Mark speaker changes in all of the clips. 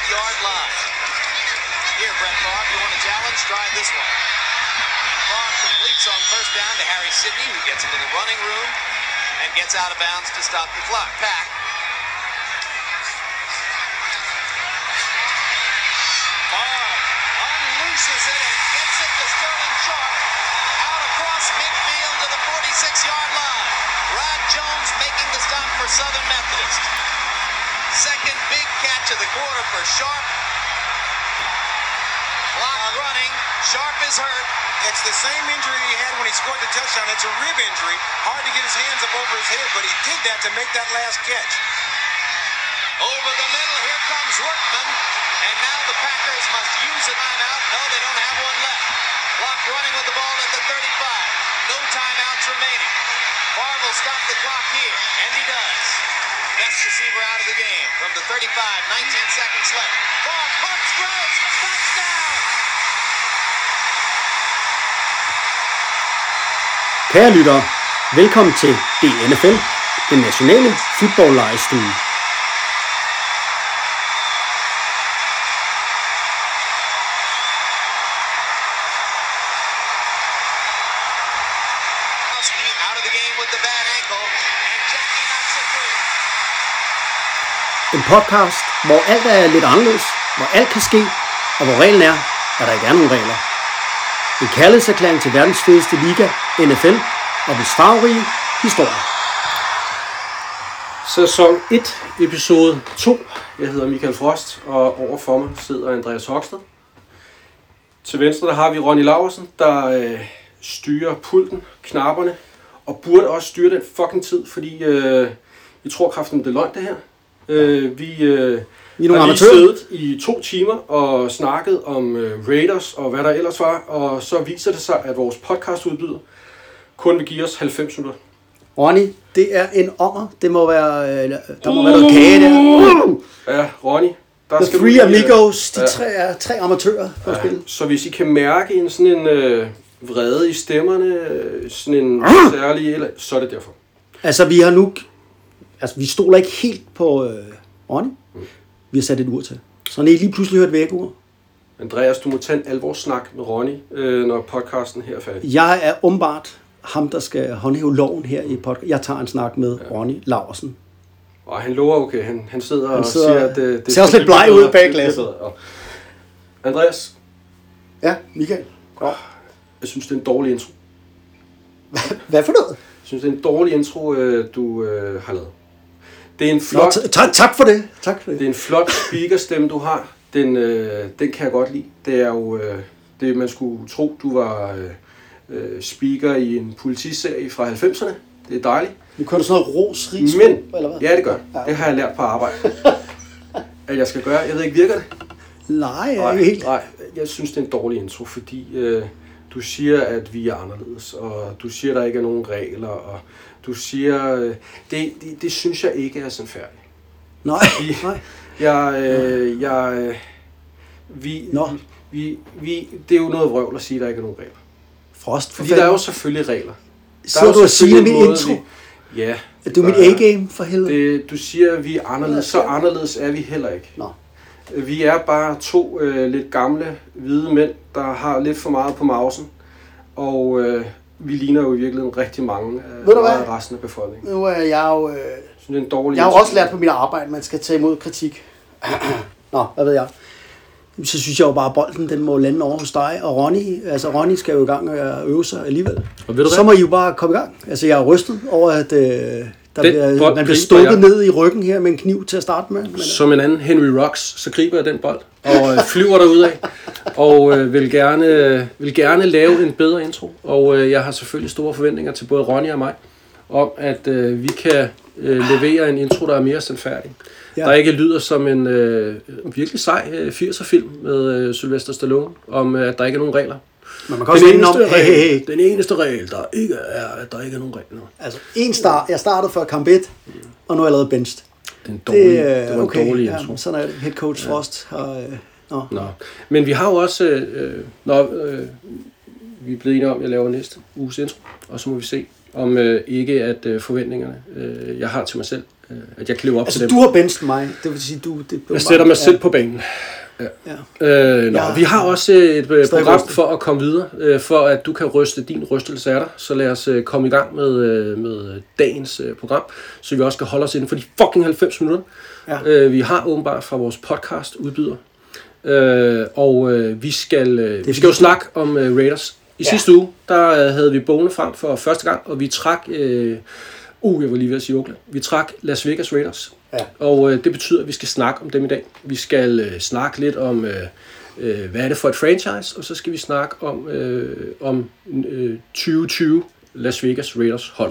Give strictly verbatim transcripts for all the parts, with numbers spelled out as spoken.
Speaker 1: yard line. Here, Brett Favre, you want a challenge? Try this one. And Favre completes on first down to Harry Sidney, who gets a little running room and gets out of bounds to stop the clock. Pack. Favre unlooses it and gets it to Sterling Sharp out across midfield to the forty-six-yard line. Rod Jones making the stop for Southern Methodist. Second big catch of the quarter for Sharp. Clock running. Sharp is hurt.
Speaker 2: It's the same injury he had when he scored the touchdown. It's a rib injury. Hard to get his hands up over his head, but he did that to make that last catch.
Speaker 1: Over the middle, here comes Workman. And now the Packers must use a timeout. No, they don't have one left. Clock running with the ball at the thirty-five. No timeouts remaining. Favre will stop the clock here, and he does. Best receiver out of the game from the thirty-five, nineteen seconds left. Favre, Hurts throws, touchdown!
Speaker 3: Kære lyttere, velkommen til D N F L, den nationale football-lejestue. En podcast, hvor alt er lidt anderledes, hvor alt kan ske, og hvor reglen er, at der ikke er nogen regler. En kærlighedserklæring til verdens fedeste liga, N F L, og dets farverige historie. Sæson et, episode to. Jeg hedder Michael Frost, og overfor mig sidder Andreas Hoksted. Til venstre der har vi Ronny Laursen, der øh, styrer pulten, knapperne, og burde også styre den fucking tid, fordi øh, jeg tror kraften det er løgn det her. Øh, vi øh, vi har lige siddet i to timer og snakket om øh, Raiders og hvad der ellers var, og så viser det sig, at vores podcastudbyder kun vil give os halvfems minutter. Ronny, det er en ommer. Det må være, øh, der må uh, være noget kage der. Uh!
Speaker 1: Ja, Ronny. Der
Speaker 3: The
Speaker 1: skal
Speaker 3: Three Amigos, de
Speaker 1: ja.
Speaker 3: tre er tre amatører på
Speaker 1: ja.
Speaker 3: spil.
Speaker 1: Så hvis I kan mærke en sådan en øh, vrede i stemmerne, sådan en uh! særlig, eller, så er det derfor.
Speaker 3: Altså vi har nu, altså vi stoler ikke helt på øh, Ronny. Mm. Vi har sat et ur til. Så når I lige pludselig hørt vækkeur.
Speaker 1: Andreas, du må tage en alvorssnak med Ronny, øh, når podcasten her er færdig.
Speaker 3: Jeg er umiddelbart ham, der skal håndhæve loven her i podcast. Jeg tager en snak med ja. Ronny Laursen.
Speaker 1: Og han lover okay. Han, han sidder
Speaker 3: han
Speaker 1: og
Speaker 3: sidder,
Speaker 1: siger, at det, det
Speaker 3: ser også lidt bleg ud bag glasset.
Speaker 1: Andreas?
Speaker 3: Ja, Michael?
Speaker 1: Ja. Jeg synes, det er en dårlig intro.
Speaker 3: Hvad for noget?
Speaker 1: Jeg synes, det er en dårlig intro, du øh, har lavet. Det er en flot...
Speaker 3: Nå, t- tak for det. Tak for det.
Speaker 1: Det er en flot speakerstemme, du har. Den, øh, den kan jeg godt lide. Det er jo... Øh, det, man skulle tro, du var øh, speaker i en politiserie fra halvfemserne. Det er dejligt.
Speaker 3: Nu kører du sådan noget ros, ris,
Speaker 1: Men,
Speaker 3: eller hvad?
Speaker 1: ja, det gør. Ja. Det har jeg lært på arbejde. At jeg skal gøre. Jeg ved ikke, virker det?
Speaker 3: Nej, jeg er ikke helt...
Speaker 1: Nej, jeg synes, det er en dårlig intro, fordi øh, du siger, at vi er anderledes, og du siger, at der ikke er nogen regler, og du siger... Øh, det, det, det synes jeg ikke er sådan færdigt.
Speaker 3: Nej,
Speaker 1: vi,
Speaker 3: nej.
Speaker 1: Jeg... Øh, jeg vi,
Speaker 3: Nå.
Speaker 1: Vi, vi, det er jo noget vrøvl at sige, at der ikke er nogen regler.
Speaker 3: Frost,
Speaker 1: fordi der er jo selvfølgelig regler.
Speaker 3: Så du at sige min intro?
Speaker 1: Vi, ja.
Speaker 3: Er du mit A-game for helvede?
Speaker 1: Det, du siger, at vi er anderledes, så anderledes er vi heller ikke.
Speaker 3: Nå.
Speaker 1: Vi er bare to øh, lidt gamle, hvide mænd, der har lidt for meget på mausen. Og øh, vi ligner jo i virkeligheden rigtig mange af resten af befolkningen.
Speaker 3: Nu er jeg jo... Øh,
Speaker 1: så det er en dårlig
Speaker 3: jeg har jo også lært på mit arbejde, at man skal tage imod kritik. Nå, hvad ved jeg? Så synes jeg jo bare, at bolden den må lande over hos dig. Og Ronny, altså Ronny skal jo i gang med at øve sig alligevel.
Speaker 1: Og ved du
Speaker 3: så må I jo bare komme i gang. Altså jeg er rystet over, at øh, der bliver, man bliver stukket ned i ryggen her med en kniv til at starte med. Men,
Speaker 1: som en anden Henry Rocks, så griber jeg den bold og øh, flyver derudad. Og øh, vil, gerne, vil gerne lave en bedre intro. Og øh, jeg har selvfølgelig store forventninger til både Ronny og mig, om at øh, vi kan øh, levere en intro, der er mere sandfærdig. Ja. Der ikke lyder som en øh, virkelig sej øh, firser-film med øh, Sylvester Stallone, om øh, at der ikke er nogen regler.
Speaker 3: Men man kan den, eneste om,
Speaker 1: regel, hey, hey. den eneste regel, der ikke er, at der ikke er nogen regler.
Speaker 3: Altså, en start, jeg startede før kamp et, og nu er jeg lavet benched.
Speaker 1: Det er en dårlig, det,
Speaker 3: det
Speaker 1: var
Speaker 3: okay,
Speaker 1: en dårlig
Speaker 3: ja,
Speaker 1: intro.
Speaker 3: Sådan er det. Head coach Frost har... Øh, nå.
Speaker 1: Nå. Men vi har jo også... Øh, når, øh, vi er blevet enige om, at jeg laver næste uges intro, og så må vi se, om øh, ikke at øh, forventningerne, øh, jeg har til mig selv,
Speaker 3: øh, at jeg kan leve op
Speaker 4: Altså,
Speaker 3: til
Speaker 4: du
Speaker 3: dem.
Speaker 4: har benchet mig. Det vil sige, du... Det,
Speaker 3: Jeg sætter mig ja. selv på banen. Ja.
Speaker 4: Ja.
Speaker 3: Øh, nå,
Speaker 4: Ja.
Speaker 3: vi har også et øh,
Speaker 4: Stadig
Speaker 3: program
Speaker 4: rystet.
Speaker 3: for at komme videre, øh, for at du kan ryste din rystelse af dig. Så lad os øh, komme i gang med, øh, med dagens øh, program, så vi også skal holde os inden for de fucking halvfems minutter.
Speaker 4: Ja.
Speaker 3: Øh, vi har åbenbart fra vores podcast udbyder. Øh, og øh, vi skal, øh, vi skal jo snakke om øh, Raiders. I ja. sidste uge, der øh, havde vi bogen frem for første gang, og vi trak... Øh, uh, jeg var lige ved at sige Oakland. Vi trak Las Vegas Raiders.
Speaker 4: Ja.
Speaker 3: Og øh, det betyder, at vi skal snakke om dem i dag. Vi skal øh, snakke lidt om, øh, øh, hvad er det for et franchise, og så skal vi snakke om, øh, om øh, tyve tyve Las Vegas Raiders holdet.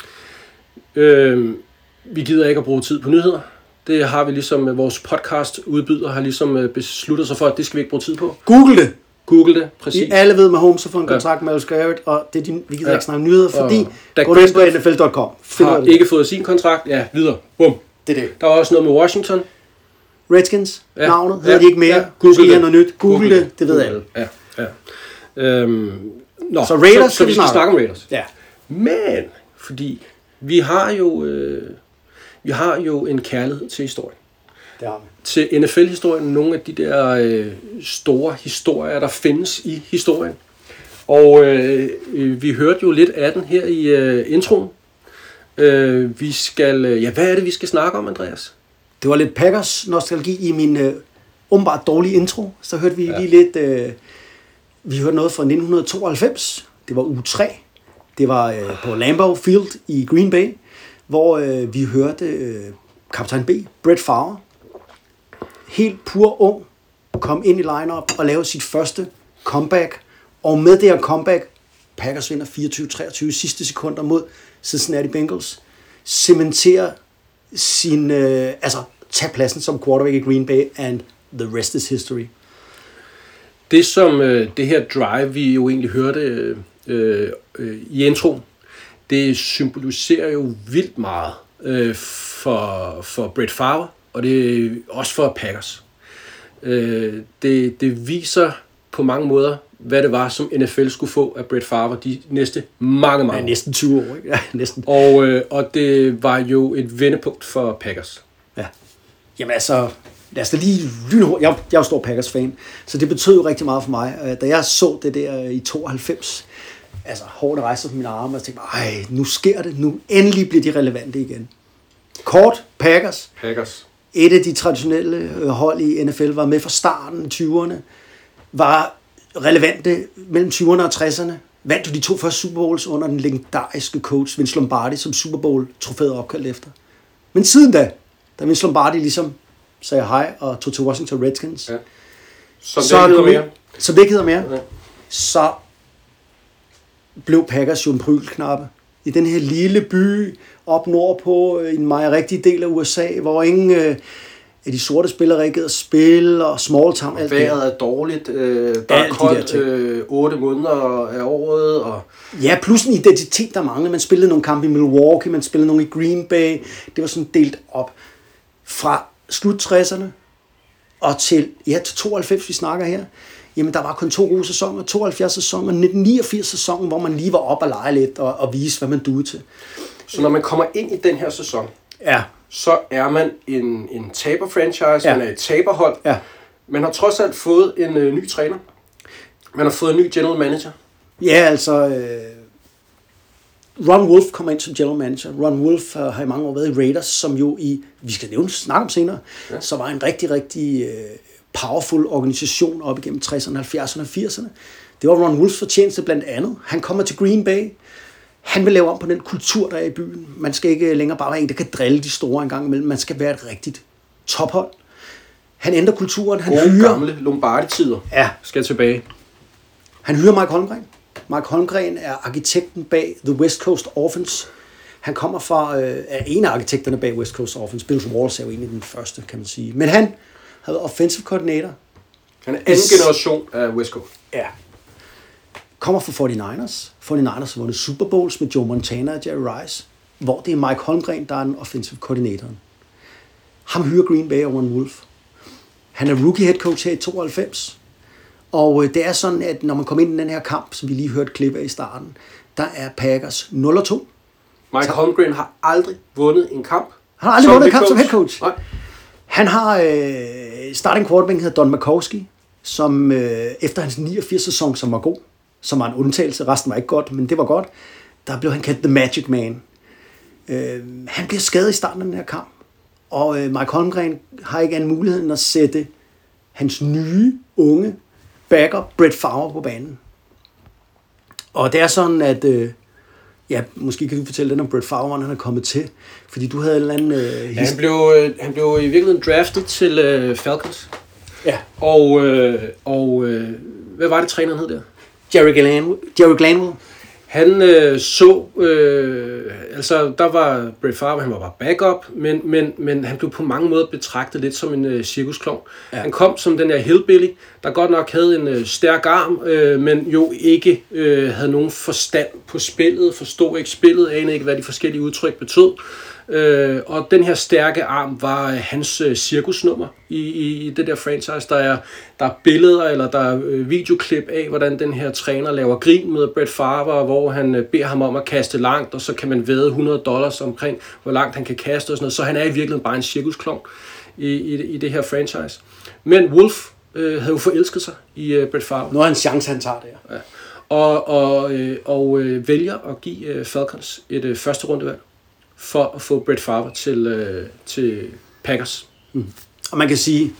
Speaker 3: Øh, vi gider ikke at bruge tid på nyheder. Det har vi ligesom, vores podcast udbyder har ligesom besluttet sig for, at det skal vi ikke bruge tid på.
Speaker 4: Google det.
Speaker 3: Google det, præcis.
Speaker 4: I alle ved med Holmes har fået en kontrakt ja. med Miles Garrett, og det er din, vi gider ja. ikke snakke nyheder, fordi gå ind på N F L punktum com.
Speaker 3: Har ikke fået sin kontrakt. Ja, videre. Bum.
Speaker 4: Det er det.
Speaker 3: Der var også noget med Washington.
Speaker 4: Redskins, ja. navnet, hedder
Speaker 3: ja.
Speaker 4: de ikke mere.
Speaker 3: Ja. Google
Speaker 4: det.
Speaker 3: det.
Speaker 4: Noget nyt. Google, Google det, det, det ved
Speaker 3: alle. Ja, ja. Øhm, nå,
Speaker 4: så Raiders
Speaker 3: så, så vi skal snakke. snakke om Raiders.
Speaker 4: Ja.
Speaker 3: Men, fordi vi har jo, øh, vi har jo en kærlighed til historien.
Speaker 4: Det har vi.
Speaker 3: Til N F L-historien, nogle af de der øh, store historier, der findes i historien. Og øh, vi hørte jo lidt af den her i øh, introen. Øh, vi skal, øh, ja, hvad er det, vi skal snakke om, Andreas?
Speaker 4: Det var lidt Packers nostalgi i min øh, umiddelbart dårlige intro. Så hørte vi
Speaker 3: ja.
Speaker 4: lige lidt, øh, vi hørte noget fra nitten tooghalvfems. Det var uge tre. Det var øh, på Lambeau Field i Green Bay, hvor øh, vi hørte øh, kaptajn B, Brett Favre, helt pur ung, kom ind i line-up og lavede sit første comeback. Og med det her comeback, Packers vinder fireogtyve treogtyve sidste sekunder mod Cincinnati Bengals, cementerer sin, øh, altså tage pladsen som quarterback i Green Bay, and the rest is history.
Speaker 3: Det som øh, det her drive, vi jo egentlig hørte øh, øh, i introen, det symboliserer jo vildt meget øh, for, for Brett Favre, og det er også for Packers. Øh, det, det viser på mange måder, hvad det var, som N F L skulle få af Brett Favre de næste mange, mange år.
Speaker 4: Ja, næsten tyve år, ikke? Ja, næsten.
Speaker 3: Og, øh, og det var jo et vendepunkt for Packers.
Speaker 4: Ja. Jamen altså, lad os da lige lynhurtigt. Jeg, jeg er jo stor Packers-fan, så det betød jo rigtig meget for mig. Da jeg så det der i tooghalvfems, altså hårdt rejste på mine arme, og jeg tænkte, ej, nu sker det. Nu endelig bliver de relevante igen. Kort, Packers.
Speaker 3: Packers.
Speaker 4: Et af de traditionelle hold i N F L var med fra starten i tyverne, var relevante mellem tyverne og tresserne. Vandt jo de to første Super Bowls under den legendariske coach Vince Lombardi, som Super Bowl-trofæet opkaldt efter. Men siden da, da Vince Lombardi ligesom sagde hej og tog til Washington Redskins,
Speaker 3: ja. Som
Speaker 4: så
Speaker 3: det hedder mere.
Speaker 4: Som det ikke hedder mere,
Speaker 3: ja.
Speaker 4: Så blev Packers jo en prygelknappe. I den her lille by op nordpå, i en meget rigtig del af U S A, hvor ingen øh, af de sorte spillere ikke gider spille, og small town,
Speaker 3: og
Speaker 4: alt
Speaker 3: vejret er dårligt, øh, der er koldt øh, otte måneder af året. Og
Speaker 4: ja, plus en identitet, der manglede. Man spillede nogle kampe i Milwaukee, man spillede nogle i Green Bay. Det var sådan delt op. Fra slut tresserne og til, ja, til tooghalvfems, vi snakker her, jamen der var kun to gode sæsoner, tooghalvfjerds sæsoner, nitten niogfirs sæsonen, hvor man lige var op og lege lidt og, og vise, hvad man duede til.
Speaker 3: Så når man kommer ind i den her sæson,
Speaker 4: ja.
Speaker 3: så er man en, en taber-franchise,
Speaker 4: ja.
Speaker 3: man er et taberhold.
Speaker 4: Ja.
Speaker 3: Man har trods alt fået en øh, ny træner. Man har fået en ny general manager.
Speaker 4: Ja, altså øh, Ron Wolf kommer ind som general manager. Ron Wolf øh, har i mange år været i Raiders, som jo i, vi skal nævne snakke om senere, ja. Så var en rigtig, rigtig øh, powerful organisation op igennem tresserne, halvfjerdserne og firserne. Det var Ron Wolfs fortjeneste blandt andet. Han kommer til Green Bay. Han vil lave om på den kultur, der er i byen. Man skal ikke længere bare være en, der kan drille de store en gang imellem. Man skal være et rigtigt tophold. Han ændrer kulturen. Han
Speaker 3: Gode
Speaker 4: hyrer
Speaker 3: gamle Lombardi-tider
Speaker 4: ja.
Speaker 3: skal tilbage.
Speaker 4: Han hyrer Mike Holmgren. Mike Holmgren er arkitekten bag The West Coast Offense. Han kommer fra, øh, er en af arkitekterne bag West Coast Offense. Bill Walls er jo en af den første, kan man sige. Men han har været offensive coordinator.
Speaker 3: Han er anden generation af West Coast.
Speaker 4: Ja. Kommer fra forty-niners. forty-niners har vundet Super Bowls med Joe Montana og Jerry Rice, hvor det er Mike Holmgren, der er den offensive koordinatoren. Ham hyrer Green Bay og Ron Wolf. Han er rookie head coach her i tooghalvfems. Og det er sådan, at når man kommer ind i den her kamp, som vi lige hørte klip af i starten, der er Packers nul og to.
Speaker 3: Mike Holmgren har aldrig vundet en kamp
Speaker 4: Han har aldrig
Speaker 3: Som
Speaker 4: vundet en
Speaker 3: head
Speaker 4: kamp som
Speaker 3: coach?
Speaker 4: head coach.
Speaker 3: Nej.
Speaker 4: Han har øh, starting quarterback, hedder Don Majkowski, som øh, efter hans niogfirs sæson, som var god, som var en undtagelse, resten var ikke godt, men det var godt, der blev han kaldt The Magic Man. Øh, han bliver skadet i starten af den her kamp, og øh, Mike Holmgren har ikke anden mulighed end at sætte hans nye, unge backup, Brett Favre, på banen. Og det er sådan, at... Øh, ja, måske kan du fortælle lidt om Brett Favre, hvordan han er kommet til. Fordi du havde en eller anden... Øh,
Speaker 3: Ja, han, blev, øh, han blev i virkeligheden draftet til øh, Falcons.
Speaker 4: ja.
Speaker 3: Og, øh, og øh, hvad var det, træneren hed der?
Speaker 4: Jerry Glanwell. Jerry Glanwell.
Speaker 3: Han øh, så, øh, altså der var Brett Favre, han var bare backup, men, men, men han blev på mange måder betragtet lidt som en øh, cirkusklovn. Ja. Han kom som den der hillbilly, der godt nok havde en øh, stærk arm, øh, men jo ikke øh, havde nogen forstand på spillet, forstod ikke spillet, anede ikke, hvad de forskellige udtryk betød. Øh, og den her stærke arm var øh, hans øh, cirkusnummer i, i, i det der franchise. Der er, der er billeder eller der er øh, videoklip af, hvordan den her træner laver grin med Brett Favre, hvor han øh, beder ham om at kaste langt, og så kan man vædde hundrede dollars omkring, hvor langt han kan kaste og sådan noget. Så han er i virkeligheden bare en cirkusklovn i, i, i det her franchise. Men Wolf øh, havde jo forelsket sig i øh, Brett Favre.
Speaker 4: Nu er en chance, han tager der.
Speaker 3: Ja. Og, og, øh, og øh, vælger at give øh, Falcons et øh, første rundevalg for at få Brett Favre til, øh, til Packers.
Speaker 4: Mm. Og man kan sige,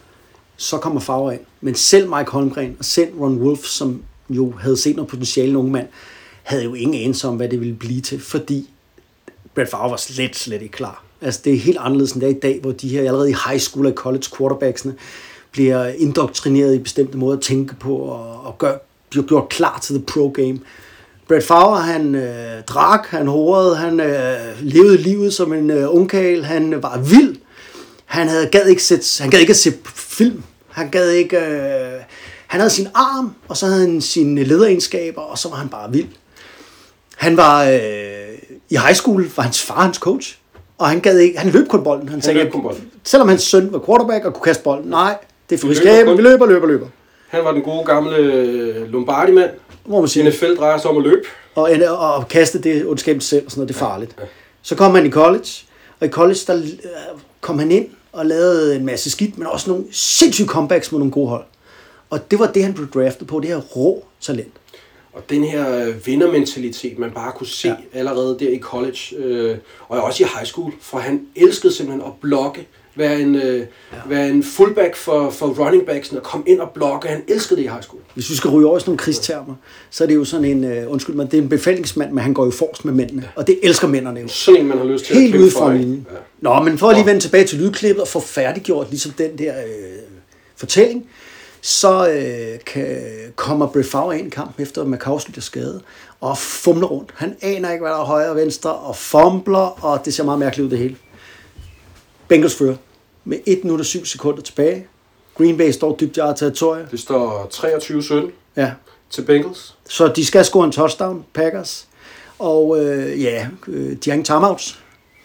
Speaker 4: så kommer Favre ind. Men selv Mike Holmgren og selv Ron Wolf, som jo havde set noget potentiale en unge mand, havde jo ingen anelse om, hvad det ville blive til, fordi Brett Favre var slet, slet ikke klar. Altså, det er helt anderledes end det er i dag, hvor de her allerede i high school og college quarterbacksene bliver indoktrineret i bestemte måder at tænke på og, og gør, bliver gjort klar til the pro game. Brett Favre, han øh, drak, han horede, han øh, levede livet som en øh, ungkarl, han var vild. Han havde gad ikke set, han gad ikke at se film. Han gad ikke øh, han havde sin arm, og så havde han sine lederegenskaber, og så var han bare vild. Han var øh, i high school, var hans far hans coach, og han gad ikke, han løb kun bolden. Han, han sagde, løb kun bolden. Selvom hans søn var quarterback og kunne kaste bolden, nej, det er for risikabelt, vi løber, løber, løber.
Speaker 3: Han var den gode gamle Lombardi-mand.
Speaker 4: Hvor man siger,
Speaker 3: N F L drejer sig om at løbe.
Speaker 4: Og, og, og kaste det ondskabens selv, og sådan noget, det er farligt. Ja, ja. Så kom han i college, og i college, der kom han ind og lavede en masse skidt, men også nogle sindssyge comebacks med nogle gode hold. Og det var det, han blev draftet på, det her rå talent.
Speaker 3: Og den her vindermentalitet, man bare kunne se ja. allerede der i college, øh, og også i high school, for han elskede simpelthen at blokke, være en, øh, ja. være en fullback for, for running backsen, og komme ind og blokke. Han elskede det i high school. Hvis
Speaker 4: vi skal ryge over sådan nogle krigstermer, så er det jo sådan en, uh, undskyld mig, det er en befalingsmand, men han går jo forrest med mændene, ja. og det elsker mændene jo.
Speaker 3: Sådan en, man har lyst til
Speaker 4: helt
Speaker 3: at
Speaker 4: ude fra linjen.
Speaker 3: Ja.
Speaker 4: Nå, men for at lige vende tilbage til lydklippet og få færdiggjort ligesom den der øh, fortælling, så øh, kan, kommer Brett Favre ind i kampen efter at Majkowski bliver skadet, og fumler rundt. Han aner ikke, hvad der er højre og venstre, og fumbler, og det ser meget mærkeligt ud det hele. Bengals fører med et minut og syv sekunder tilbage. Green Bay står dybt i eget territorium.
Speaker 3: Det står treogtyve sytten
Speaker 4: ja.
Speaker 3: til Bengals.
Speaker 4: Så de skal score en touchdown, Packers. Og øh, ja, øh, de har ingen timeouts.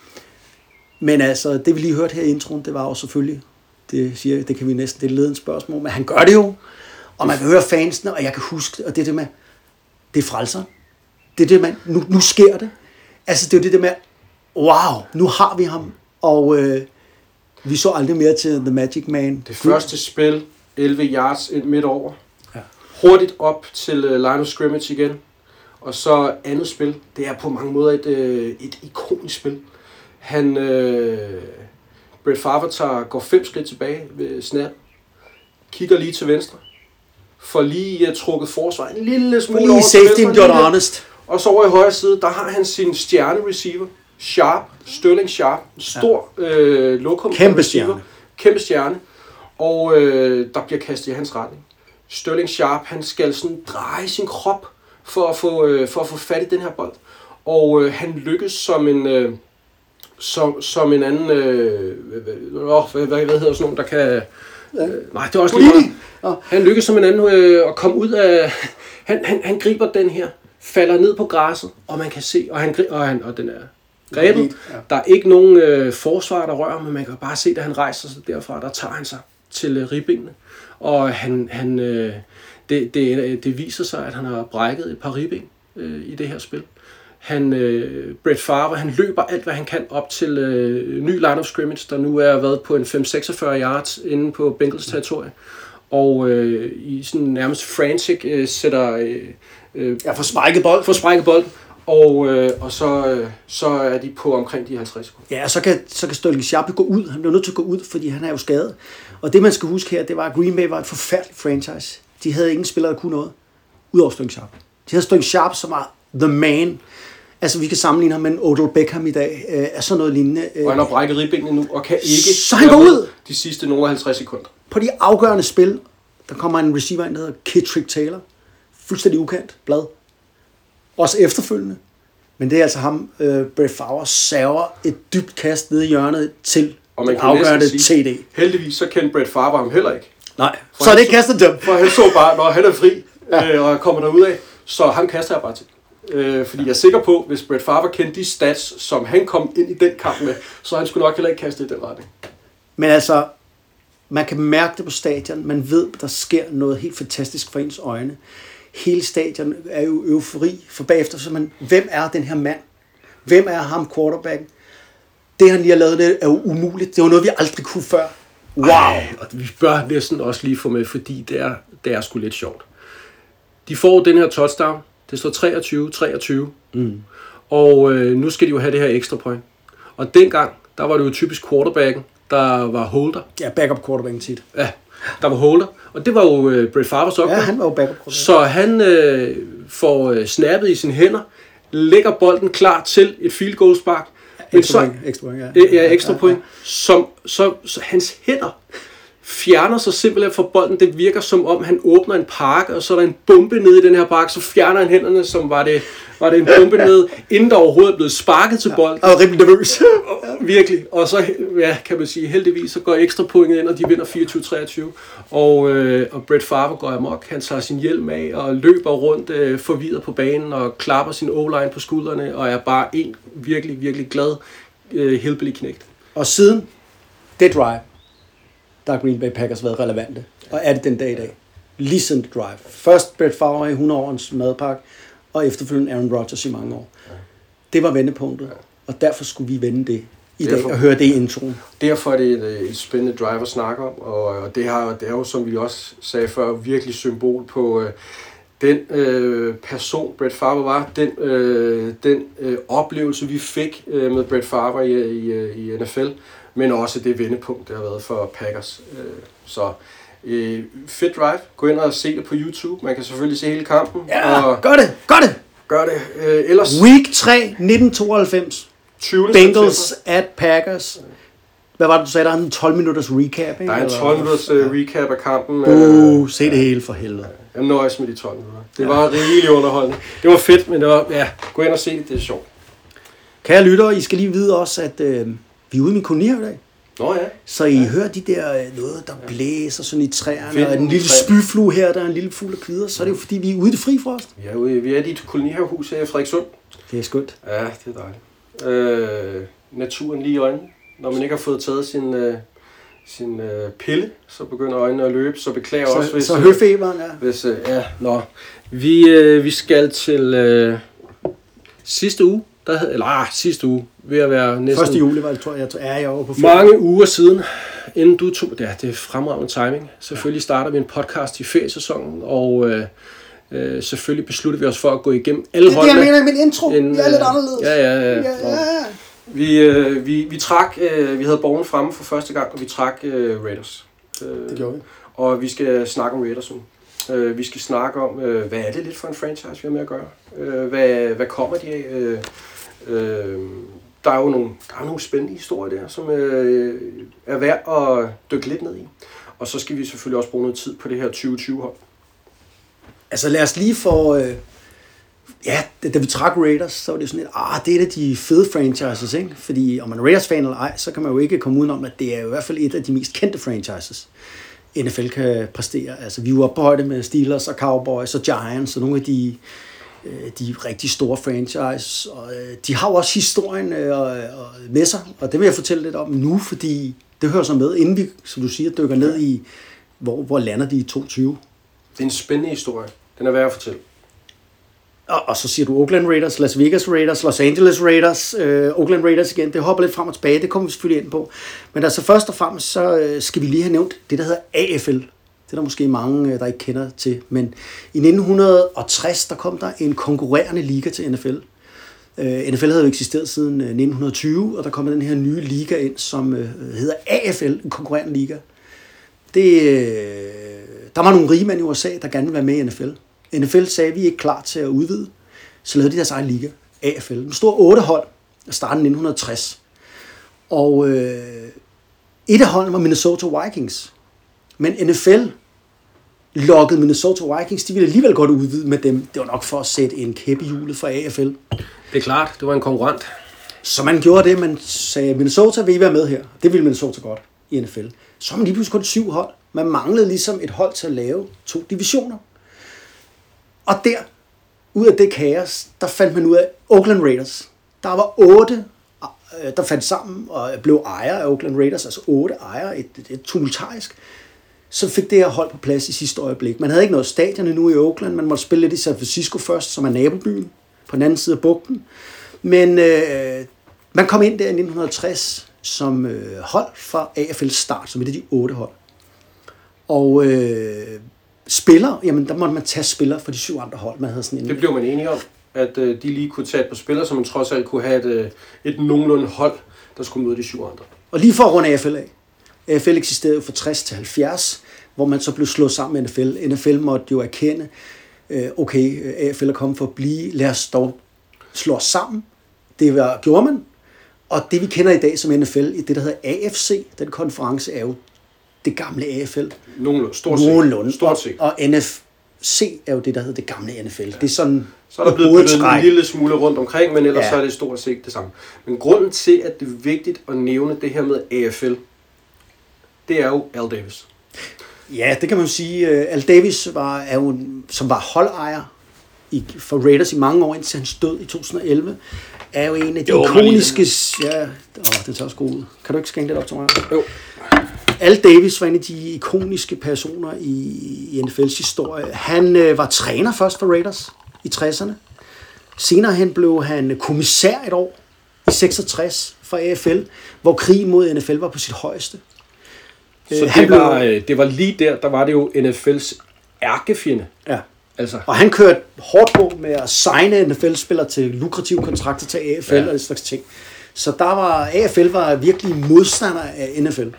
Speaker 4: Men altså, det vi lige hørte her i introen, det var jo selvfølgelig, det, siger, det kan vi næsten, det er ledende spørgsmål, men han gør det jo. Og man kan høre fansene, og jeg kan huske, og det er det med, det er frelser. Det er det med, nu, nu sker det. Altså, det er jo det der med, wow, nu har vi ham. Og øh, vi så aldrig mere til The Magic Man.
Speaker 3: Det første spil, elleve yards midt over. Ja. Hurtigt op til uh, line of scrimmage igen. Og så andet spil, det er på mange måder et, uh, et ikonisk spil. Han, uh, Brett Favre tager, går fem skridt tilbage ved snap. Kigger lige til venstre. Får lige uh, trukket forsvar en lille smule
Speaker 4: lige
Speaker 3: over
Speaker 4: til venstre. Lige safety, honest.
Speaker 3: Og så over i højre side, der har han sin stjerne receiver. Sharp, Sterling Sharp, stor ja. øh, lokum.
Speaker 4: Kæmpe stjerne.
Speaker 3: Kæmpe stjerne. Og øh, der bliver kastet i hans retning. Sterling Sharp, han skal sådan dreje sin krop for at få, øh, for at få fat i den her bold. Og øh, han lykkes som en, øh, som, som en anden, øh, øh, hvad, hvad, hvad hedder sådan nogen, der kan... Øh, nej, det er også lige meget. Han lykkes som en anden øh, at komme ud af... Han, han, han griber den her, falder ned på græsset, og man kan se, og, han, og, han, og den er... grebet. Ja. Der er ikke nogen øh, forsvar, der rører, men man kan bare se, at han rejser sig derfra, der tager han sig til øh, ribbenene. Og han, han, øh, det, det, det viser sig, at han har brækket et par ribben øh, i det her spil. Han, øh, Brett Favre, han løber alt, hvad han kan op til øh, ny line of scrimmage, der nu er været på en fem seksogfyrre yards inde på Bengals territorie. Og øh, i sådan nærmest frantic øh, sætter... Øh, øh,
Speaker 4: Ja, for sprækket bold.
Speaker 3: For sprækket bold. Og, øh, og så, øh, så er de på omkring de halvtreds sekunder.
Speaker 4: Ja, så kan, så kan Sterling Sharp gå ud. Han bliver nødt til at gå ud, fordi han er jo skadet. Og det, man skal huske her, det var, at Green Bay var et forfærdeligt franchise. De havde ingen spillere, der kunne noget, udover Sterling Sharp. De havde Sterling Sharp, som var the man. Altså, vi kan sammenligne ham med en Odell Beckham i dag. Øh, er sådan noget lignende. Øh,
Speaker 3: og han har brækket ribbenene nu, og kan ikke...
Speaker 4: Så han går ud!
Speaker 3: De sidste nogle halvtreds sekunder.
Speaker 4: På de afgørende spil, der kommer en receiver ind, der hedder Kitrick Taylor. Fuldstændig ukendt blad. Også efterfølgende. Men det er altså ham, øh, Brett Favre, server et dybt kast nede i hjørnet til
Speaker 3: og man
Speaker 4: den
Speaker 3: kan
Speaker 4: afgørende
Speaker 3: sige,
Speaker 4: T D.
Speaker 3: Heldigvis så kendte Brett Favre ham heller ikke.
Speaker 4: Nej,
Speaker 3: for
Speaker 4: så er det ikke kastet dømt.
Speaker 3: For han så bare, når han er fri ja. øh, og kommer derud af, så ham kaster jeg bare til. Øh, fordi jeg er sikker på, hvis Brett Favre kendte de stats, som han kom ind i den kamp med, så han skulle nok heller ikke kaste i den retning.
Speaker 4: Men altså, man kan mærke det på stadion. Man ved, der sker noget helt fantastisk for ens øjne. Hele stadion er jo eufori, for bagefter så man, hvem er den her mand? Hvem er ham quarterbacken? Det han lige har lavet, det er jo umuligt. Det var noget, vi aldrig kunne før. Wow!
Speaker 3: Ej, og vi bør næsten også lige få med, fordi det er, det er sgu lidt sjovt. De får den her touchdown. Det står treogtyve treogtyve. Mm. Og øh, nu skal de jo have det her ekstra point. Og dengang, der var det jo typisk quarterbacken, der var holder.
Speaker 4: Ja, backup quarterbacken tit.
Speaker 3: Ja, der var holder. Og det var jo øh, Brett Favres opgave.
Speaker 4: Ja, han var jo backup quarterback.
Speaker 3: Så han øh, får øh, snappet i sine hænder, lægger bolden klar til et field goal spark.
Speaker 4: Ekstra point, ekstra point, ja.
Speaker 3: Ja, ekstra point. Ja, ja. Som, så, så hans hænder fjerner sig simpelthen fra bolden. Det virker som om, han åbner en park, og så er der en bombe nede i den her park, så fjerner han hænderne, som var det, var det en bombe nede, inden der overhovedet er blevet sparket til bolden.
Speaker 4: Og rimelig nervøs.
Speaker 3: Virkelig. Og så, ja, kan man sige, heldigvis, så går ekstra pointet ind, og de vinder fireogtyve treogtyve. Og, øh, og Brett Favre går amok. Han tager sin hjelm af og løber rundt øh, forvirret på banen og klapper sin O-line på skuldrene, og er bare en virkelig, virkelig glad øh, hillbilly-knægt.
Speaker 4: Og siden det drive, der har Green Bay Packers været relevante. Og er det den dag i dag. Lige siden det drive. Først Brett Favre i hundrede årens madpakke, og efterfølgende Aaron Rodgers i mange år. Det var vendepunktet, og derfor skulle vi vende det i derfor, dag og høre det i introen.
Speaker 3: Derfor er det et, et spændende drive at snakke om, og, og det, har, det er jo, som vi også sagde før, virkelig symbol på øh, den øh, person, Brett Favre var, den, øh, den øh, oplevelse, vi fik øh, med Brett Favre i, i, i N F L, men også det vendepunkt, det har været for Packers. Øh, så øh, fedt drive. Gå ind og se det på YouTube. Man kan selvfølgelig se hele kampen.
Speaker 4: Ja,
Speaker 3: og
Speaker 4: gør det, gør det!
Speaker 3: Gør det. Øh, ellers...
Speaker 4: Week tre, nitten tooghalvfems.
Speaker 3: tyvende
Speaker 4: Bengals at Packers. Hvad var det, du sagde? Der er en tolv minutters recap, ikke?
Speaker 3: Der er en tolv minutters uh, recap af kampen.
Speaker 4: Uh, uh, se det hele for helvede.
Speaker 3: Jeg nøjes med de tolv minutter. Det var rigeligt underholdende. Det var fedt, men det var, ja, gå ind og se det, det er sjovt.
Speaker 4: Kære lyttere, I skal lige vide også, at øh, vi er ude i min koloni her i dag.
Speaker 3: Nå ja.
Speaker 4: Så I ja. hører de der øh, noget, der blæser sådan i træerne,
Speaker 3: Find
Speaker 4: og en lille spyflue her, der er en lille fugl af kvider, så er det jo fordi, vi er ude i det fri frost.
Speaker 3: Vi er ude, vi er i dit kolonihavehus her i Frederikssund.
Speaker 4: Det er skønt.
Speaker 3: Ja, det er dejligt. Øh, naturen lige i øjnene. Når man ikke har fået taget sin, øh, sin øh, pille, så begynder øjnene at løbe, så beklager
Speaker 4: så,
Speaker 3: også, hvis...
Speaker 4: Så høfeberen, ja.
Speaker 3: Hvis, øh, ja, nå. Vi, øh, vi skal til øh, sidste uge, der havde, eller ah, sidste uge, ved at være næsten...
Speaker 4: første juli var det, tror jeg, er jeg over på ferie.
Speaker 3: Mange uger siden, inden du tog... Ja, det er fremragende timing. Selvfølgelig starter vi en podcast i feriesæsonen, og øh, øh, selvfølgelig besluttede vi os for at gå igennem alle
Speaker 4: holdene. Det er det, jeg mener i min intro.
Speaker 3: En,
Speaker 4: jeg er lidt anderledes.
Speaker 3: Ja, ja, ja.
Speaker 4: ja, ja, ja.
Speaker 3: Vi, øh, vi, vi trak... Øh, vi havde borgen fremme for første gang, og vi trak øh, Raiders.
Speaker 4: Øh, det gjorde vi.
Speaker 3: Og vi skal snakke om Raiders nu. Øh, vi skal snakke om, øh, hvad er det lidt for en franchise, vi har med at gøre? Øh, hvad, hvad kommer de af? Øh, øh, der er jo nogle, der er nogle spændende historier der, som øh, er værd at dykke lidt ned i. Og så skal vi selvfølgelig også bruge noget tid på det her tyve tyve-hold.
Speaker 4: Altså lad os lige få... Øh, ja, da vi trak Raiders, så var det sådan lidt, ah, det er et af de fede franchises, ikke? Fordi om man er Raiders-fan eller ej, så kan man jo ikke komme udenom, at det er i hvert fald et af de mest kendte franchises, N F L kan præstere. Altså vi var oppe på højde med Steelers og Cowboys og Giants og nogle af de, de rigtig store franchises. Og de har jo også historien med sig, og det vil jeg fortælle lidt om nu, fordi det hører så med, inden vi, som du siger, dykker ned i, hvor, hvor lander de i to tusind tyve.
Speaker 3: Det er en spændende historie. Den er værd at fortælle.
Speaker 4: Og, og så siger du Oakland Raiders, Las Vegas Raiders, Los Angeles Raiders, øh, Oakland Raiders igen. Det hopper lidt frem og tilbage, det kommer vi selvfølgelig ind på. Men altså først og fremmest, så øh, skal vi lige have nævnt det, der hedder A F L. Det er der måske mange, øh, der ikke kender til. Men i nitten tres, der kom der en konkurrerende liga til N F L. Øh, N F L havde jo eksisteret siden øh, nitten tyve, og der kom den her nye liga ind, som øh, hedder A F L, en konkurrerende liga. Det, øh, der var nogle rige mænd i U S A, der gerne ville være med i N F L. N F L sagde, at vi er ikke klar til at udvide, så lavede de deres egen liga, A F L. Den stod otte hold, der startede i nitten tres. Og øh, et af holdene var Minnesota Vikings. Men N F L lokkede Minnesota Vikings, de ville alligevel godt udvide med dem. Det var nok for at sætte en kæppe i hjulet for A F L.
Speaker 3: Det er klart, det var en konkurrent.
Speaker 4: Så man gjorde det, man sagde, Minnesota vil I være med her. Det ville Minnesota godt i N F L. Så har man lige pludselig kun syv hold. Man manglede ligesom et hold til at lave to divisioner. Og der, ud af det kaos, der fandt man ud af Oakland Raiders. Der var otte, der fandt sammen og blev ejere af Oakland Raiders, altså otte ejere, et, et, et tumultarisk. Så fik det her hold på plads i sidste øjeblik. Man havde ikke noget stadion endnu i Oakland, man måtte spille lidt i San Francisco først, som er nabobyen, på den anden side af bugten. Men øh, man kom ind der i nitten tres som øh, hold fra A F L start, som et af de otte hold. Og øh, spillere, jamen der måtte man tage spillere for de syv andre hold. Man havde sådan en...
Speaker 3: Det blev man enige om, at øh, de lige kunne tage et par spillere, så man trods alt kunne have et, øh, et nogenlunde hold, der skulle møde de syv andre.
Speaker 4: Og lige for at runde A F L af. A F L eksisterede fra tres til halvfjerds, hvor man så blev slået sammen med N F L. N F L måtte jo erkende, øh, okay, A F L er kommet for at blive, lad os dog slå os sammen. Det var, gjorde man. Og det vi kender i dag som N F L, det der hedder A F C, den konference er jo det gamle A F L.
Speaker 3: Nogenlunde, stort set.
Speaker 4: Nogenlunde.
Speaker 3: Stort set.
Speaker 4: Og, og N F C er jo det, der hedder det gamle N F L. Ja. Det er sådan...
Speaker 3: Så er der blevet byttet en lille smule rundt omkring, men ellers ja. Så er det stort set det samme. Men grunden til, at det er vigtigt at nævne det her med A F L, det er jo Al Davis.
Speaker 4: Ja, det kan man jo sige. Al Davis var, er jo, som var holdejer i, for Raiders i mange år, indtil hans død i to tusind og elleve, er jo en af de jo, ikoniske... Ja, åh, den tager sgu ud. Kan du ikke skænke det op til mig?
Speaker 3: Jo.
Speaker 4: Al Davis var en af de ikoniske personer i, i N F L's historie. Han øh, var træner først for Raiders i tresserne. Senere hen blev han kommissær et år i seksogtres for A F L, hvor krigen mod N F L var på sit højeste.
Speaker 3: Så det, han var, blev, det var lige der, der var det jo N F L's ærkefjende.
Speaker 4: Ja.
Speaker 3: Altså.
Speaker 4: Og han kørte hårdt på med at signe N F L-spillere til lukrative kontrakter til A F L ja. Og det slags ting. Så der var, A F L var virkelig modstander af N F L.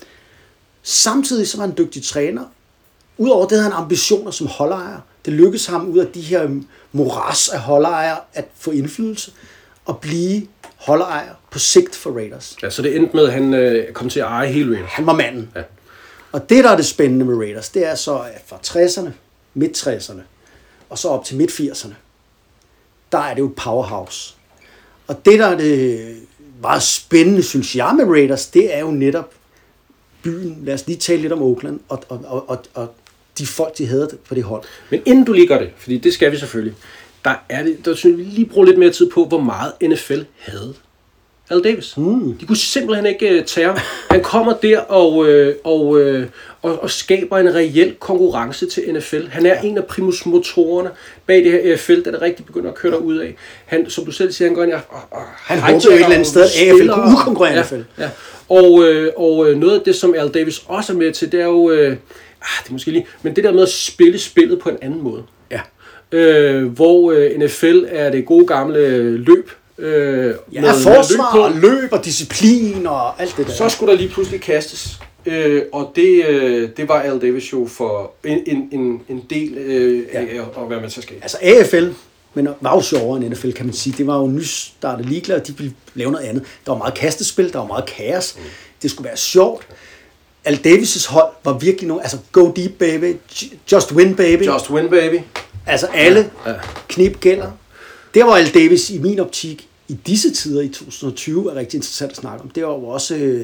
Speaker 4: Samtidig så var han en dygtig træner. Udover det havde han ambitioner som holdejer. Det lykkedes ham ud af de her moras af holdejer at få indflydelse og blive holdejer på sigt for Raiders.
Speaker 3: Ja, så det endte med, at han øh, kom til at eje hele Raiders.
Speaker 4: Han var manden.
Speaker 3: Ja.
Speaker 4: Og det, der er det spændende med Raiders, det er så, at fra tresserne, midt-tresserne, og så op til midt-firserne, der er det jo et powerhouse. Og det, der er det meget spændende, synes jeg, med Raiders, det er jo netop byen. Lad os lige tale lidt om Oakland, og, og, og, og de folk, de havde på det hold.
Speaker 3: Men inden du lige gør det, fordi det skal vi selvfølgelig, der er det, der synes vi lige bruge lidt mere tid på, hvor meget N F L havde Al Davis. Mm. De kunne simpelthen ikke tage. Han kommer der og, øh, og, øh, og, og skaber en reel konkurrence til N F L. Han er ja. En af primusmotorerne bag det her A F L, da det rigtig begynder at køre derud af. Han, som du selv siger, han går ind og, og, og
Speaker 4: han håber jo et eller andet sted, at A F L kunne udkonkurrere
Speaker 3: ja,
Speaker 4: N F L.
Speaker 3: Ja. Og, øh, og noget af det, som Al Davis også er med til, det er jo, øh, ah, det er måske lige, men det der med at spille spillet på en anden måde.
Speaker 4: Ja.
Speaker 3: Øh, hvor øh, N F L er det gode gamle løb. Øh,
Speaker 4: ja, med, forsvar med løb, løb og disciplin og alt det der.
Speaker 3: Så skulle der lige pludselig kastes. Øh, og det, øh, det var Al Davis jo for en, en, en, en del øh, ja. af at være med til at skabe.
Speaker 4: Altså A F L, men var jo sjovere end N F L, kan man sige. Det var jo nystartet ligeglad, og de ville lave noget andet. Der var meget kastespil, der var meget kaos. Mm. Det skulle være sjovt. Al Davis' hold var virkelig nogen, altså go deep baby, just win baby.
Speaker 3: Just win baby.
Speaker 4: Altså alle ja. Ja. Knip gælder. Der var Al Davis i min optik i disse tider i to tusind og tyve er rigtig interessant at snakke om. Det var jo også, øh,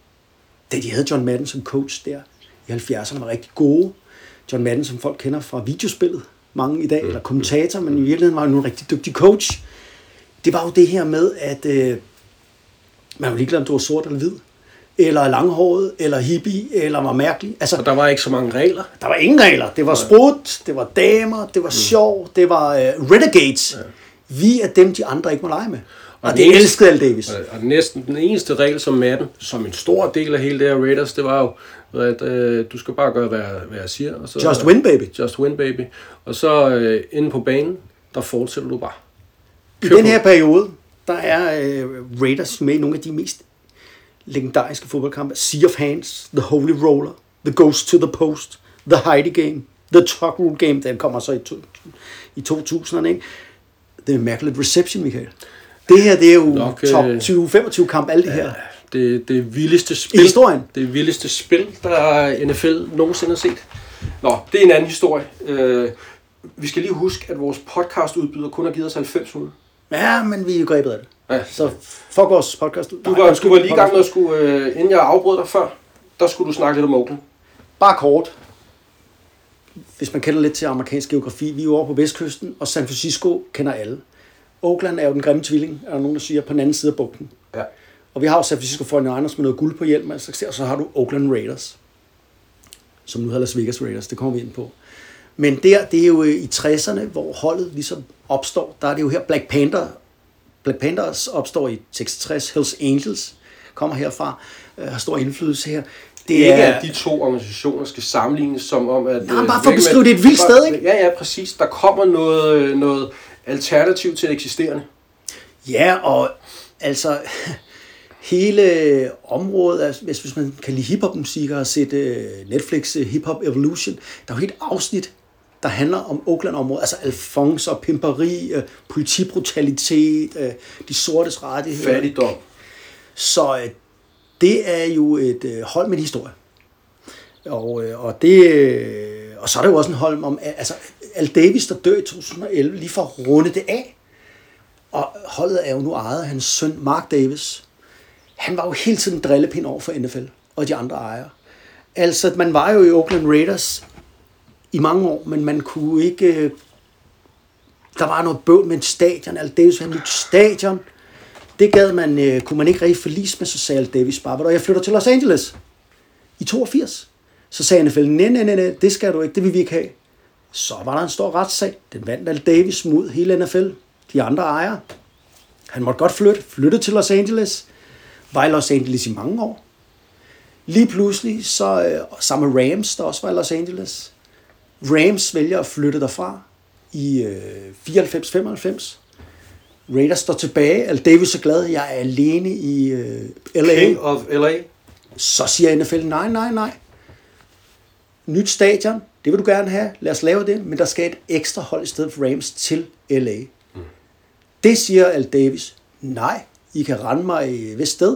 Speaker 4: da de havde John Madden som coach der i halvfjerdserne, var rigtig gode. John Madden, som folk kender fra videospillet, mange i dag, mm. eller kommentator, men i virkeligheden var han en rigtig dygtig coach. Det var jo det her med, at øh, man var ligeglad, om du var sort eller hvid. eller langhåret, eller hippie, eller var mærkelig. Altså,
Speaker 3: Og der var ikke så mange regler.
Speaker 4: der var ingen regler. Det var sprut, det var damer, det var sjov, det var uh, renegades. Ja. Vi er dem, de andre ikke må lege med. Og, og det
Speaker 3: eneste,
Speaker 4: elskede Al Davis.
Speaker 3: Og næsten den eneste regel som Madden, som en stor del af hele det her Raiders, det var jo, at øh, du skal bare gøre, hvad, hvad jeg siger. Og så,
Speaker 4: Just win, baby.
Speaker 3: Just win, baby. Og så øh, inde på banen, der fortsætter du bare.
Speaker 4: I den her periode, der er øh, Raiders med i nogle af de mest legendariske fodboldkampe. Sea of Hands, The Holy Roller, The Ghost to the Post, The Heidi Game, The Tuck Rule Game, den kommer så i, to, i to tusind, ikke? The Immaculate Reception, Michael. Det her, det er jo Nok, top tyve femogtyve kamp, alt det ja, her.
Speaker 3: Det, det vildeste spil.
Speaker 4: I historien.
Speaker 3: Det vildeste spil, der N F L nogensinde har set. Nå, det er en anden historie. Uh, vi skal lige huske, at vores podcastudbyder kun har givet os halvfems hundrede.
Speaker 4: Ja, men vi er jo grebet af det.
Speaker 3: Ja.
Speaker 4: Så fuck vores podcast.
Speaker 3: Du var, du var lige i gang med at skulle, uh, inden jeg afbrød dig før, der skulle du snakke lidt om Oakland.
Speaker 4: Bare kort. Hvis man kender lidt til amerikansk geografi, vi er jo over på vestkysten, og San Francisco kender alle. Oakland er jo den grimme tvilling, er der nogen, der siger, på den anden side af bugten.
Speaker 3: Ja.
Speaker 4: Og vi har jo San Francisco forty-niners med noget guld på hjelmen, og så har du Oakland Raiders, som nu hedder Las Vegas Raiders, det kommer vi ind på. Men der, det er jo i tresserne, hvor holdet ligesom opstår. Der er det jo her Black Panther. Black Panthers opstår i seksogtres, Hells Angels kommer herfra, øh, har stor indflydelse her.
Speaker 3: Det er ikke, at de to organisationer skal sammenlignes som om, at...
Speaker 4: Nej, bare for at beskrive det et vildt sted, ikke?
Speaker 3: Ja, ja, præcis. Der kommer noget, noget alternativ til det eksisterende.
Speaker 4: Ja, og altså... Hele området, altså, hvis, hvis man kan lide hiphop-musik og har set uh, Netflix uh, Hip Hop Evolution, der er jo et afsnit, der handler om Oakland-området, altså Alphonse og pimperi, uh, politibrutalitet, uh, de sortes rettigheder.
Speaker 3: Fattigdom.
Speaker 4: Så uh, det er jo et uh, hold med en historie. Og, uh, og, det, uh, og så er der jo også en hold om, altså Al Davis, der dør i to tusind og elleve, lige for at runde det af. Og holdet er jo nu ejet af hans søn Mark Davis. Han var jo hele tiden drillepind over for N F L og de andre ejere. Altså, man var jo i Oakland Raiders i mange år, men man kunne ikke... Der var noget bøvl med et stadion. Al Davis havde et nyt stadion. Det gad man, kunne man ikke rigtig forlise med, så sagde Al Davis bare, og jeg flytter til Los Angeles i toogfirs. Så sagde N F L, nej, nej, nej, nej, det skal du ikke, det vil vi ikke have. Så var der en stor retssag. Den vandt Al Davis mod hele N F L, de andre ejere. Han måtte godt flytte, flyttede til Los Angeles. Var i Los Angeles i mange år. Lige pludselig, så øh, sammen med Rams, der også var i Los Angeles. Rams vælger at flytte derfra i øh, fireoghalvfems femoghalvfems. Raiders står tilbage. Al Davis er glad. Jeg er alene i øh, L A.
Speaker 3: King of L A.
Speaker 4: Så siger N F L, nej, nej, nej. Nyt stadion, det vil du gerne have. Lad os lave det. Men der skal et ekstra hold i stedet for Rams til L A. Mm. Det siger Al Davis. Nej. I kan rende mig i vist sted.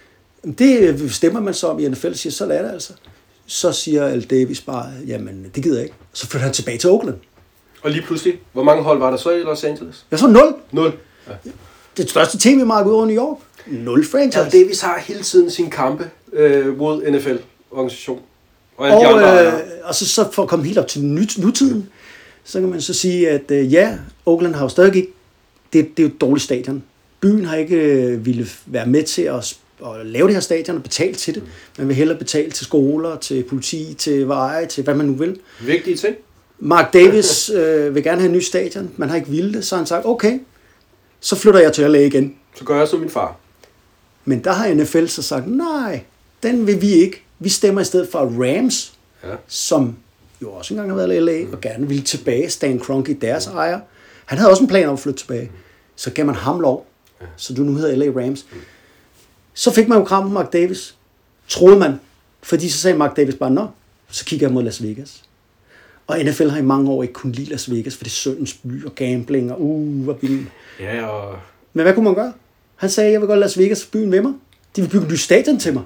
Speaker 4: Det stemmer man så om i N F L, siger, så lad det altså. Så siger Al Davis bare, jamen det gider jeg ikke. Så flytter han tilbage til Oakland.
Speaker 3: Og lige pludselig, hvor mange hold var der så i Los Angeles?
Speaker 4: Jeg så nul.
Speaker 3: Nul. Ja.
Speaker 4: Det største tv-marked ud over New York. Nul franchise.
Speaker 3: Al Davis har hele tiden sine kampe øh, mod N F L-organisation. Og,
Speaker 4: og, øh, og så, så for at komme helt op til nyt, nutiden, så kan man så sige, at øh, ja, Oakland har jo stadig ikke, det, det er jo et dårligt stadion. Byen har ikke øh, ville være med til at, at lave det her stadion og betale til det. Man vil hellere betale til skoler, til politi, til veje, til hvad man nu vil.
Speaker 3: Vigtige ting.
Speaker 4: Mark Davis øh, vil gerne have en ny stadion. Man har ikke ville det, så han sagt, okay, så flytter jeg til L A igen.
Speaker 3: Så gør jeg som min far.
Speaker 4: Men der har N F L så sagt, nej, den vil vi ikke. Vi stemmer i stedet for Rams, ja. Som jo også engang har været i L A, mm. og gerne ville tilbage. Stan Kroenke, deres mm. ejer. Han havde også en plan om at flytte tilbage. Mm. Så gav man ham lov. Så du nu hedder L A Rams. Så fik man jo kram på Mark Davis. Troede man. Fordi så sagde Mark Davis bare, nå, så kigger jeg mod Las Vegas. Og N F L har i mange år ikke kunnet lide Las Vegas, for det er søndens by og gambling og uh, hvor vildt.
Speaker 3: Ja, og...
Speaker 4: Men hvad kunne man gøre? Han sagde, jeg vil godt Las Vegas for byen med mig. De vil bygge en ny stadion til mig.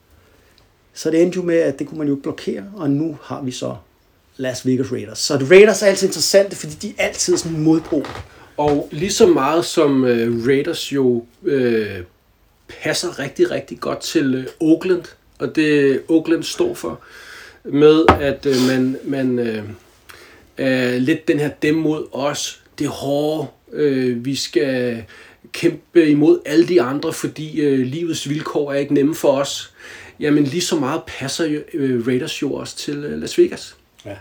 Speaker 4: Så det endte jo med, at det kunne man jo ikke blokere, og nu har vi så Las Vegas Raiders. Så Raiders er altid interessante, fordi de er altid sådan en modpol.
Speaker 3: Og lige så meget som øh, Raiders jo øh, passer rigtig, rigtig godt til øh, Oakland, og det Oakland står for, med at øh, man, man øh, er lidt den her dem mod os, det hårde, øh, vi skal kæmpe imod alle de andre, fordi øh, livets vilkår er ikke nemme for os. jamen lige så meget passer jo, øh, Raiders jo også til øh, Las Vegas.
Speaker 4: Ja.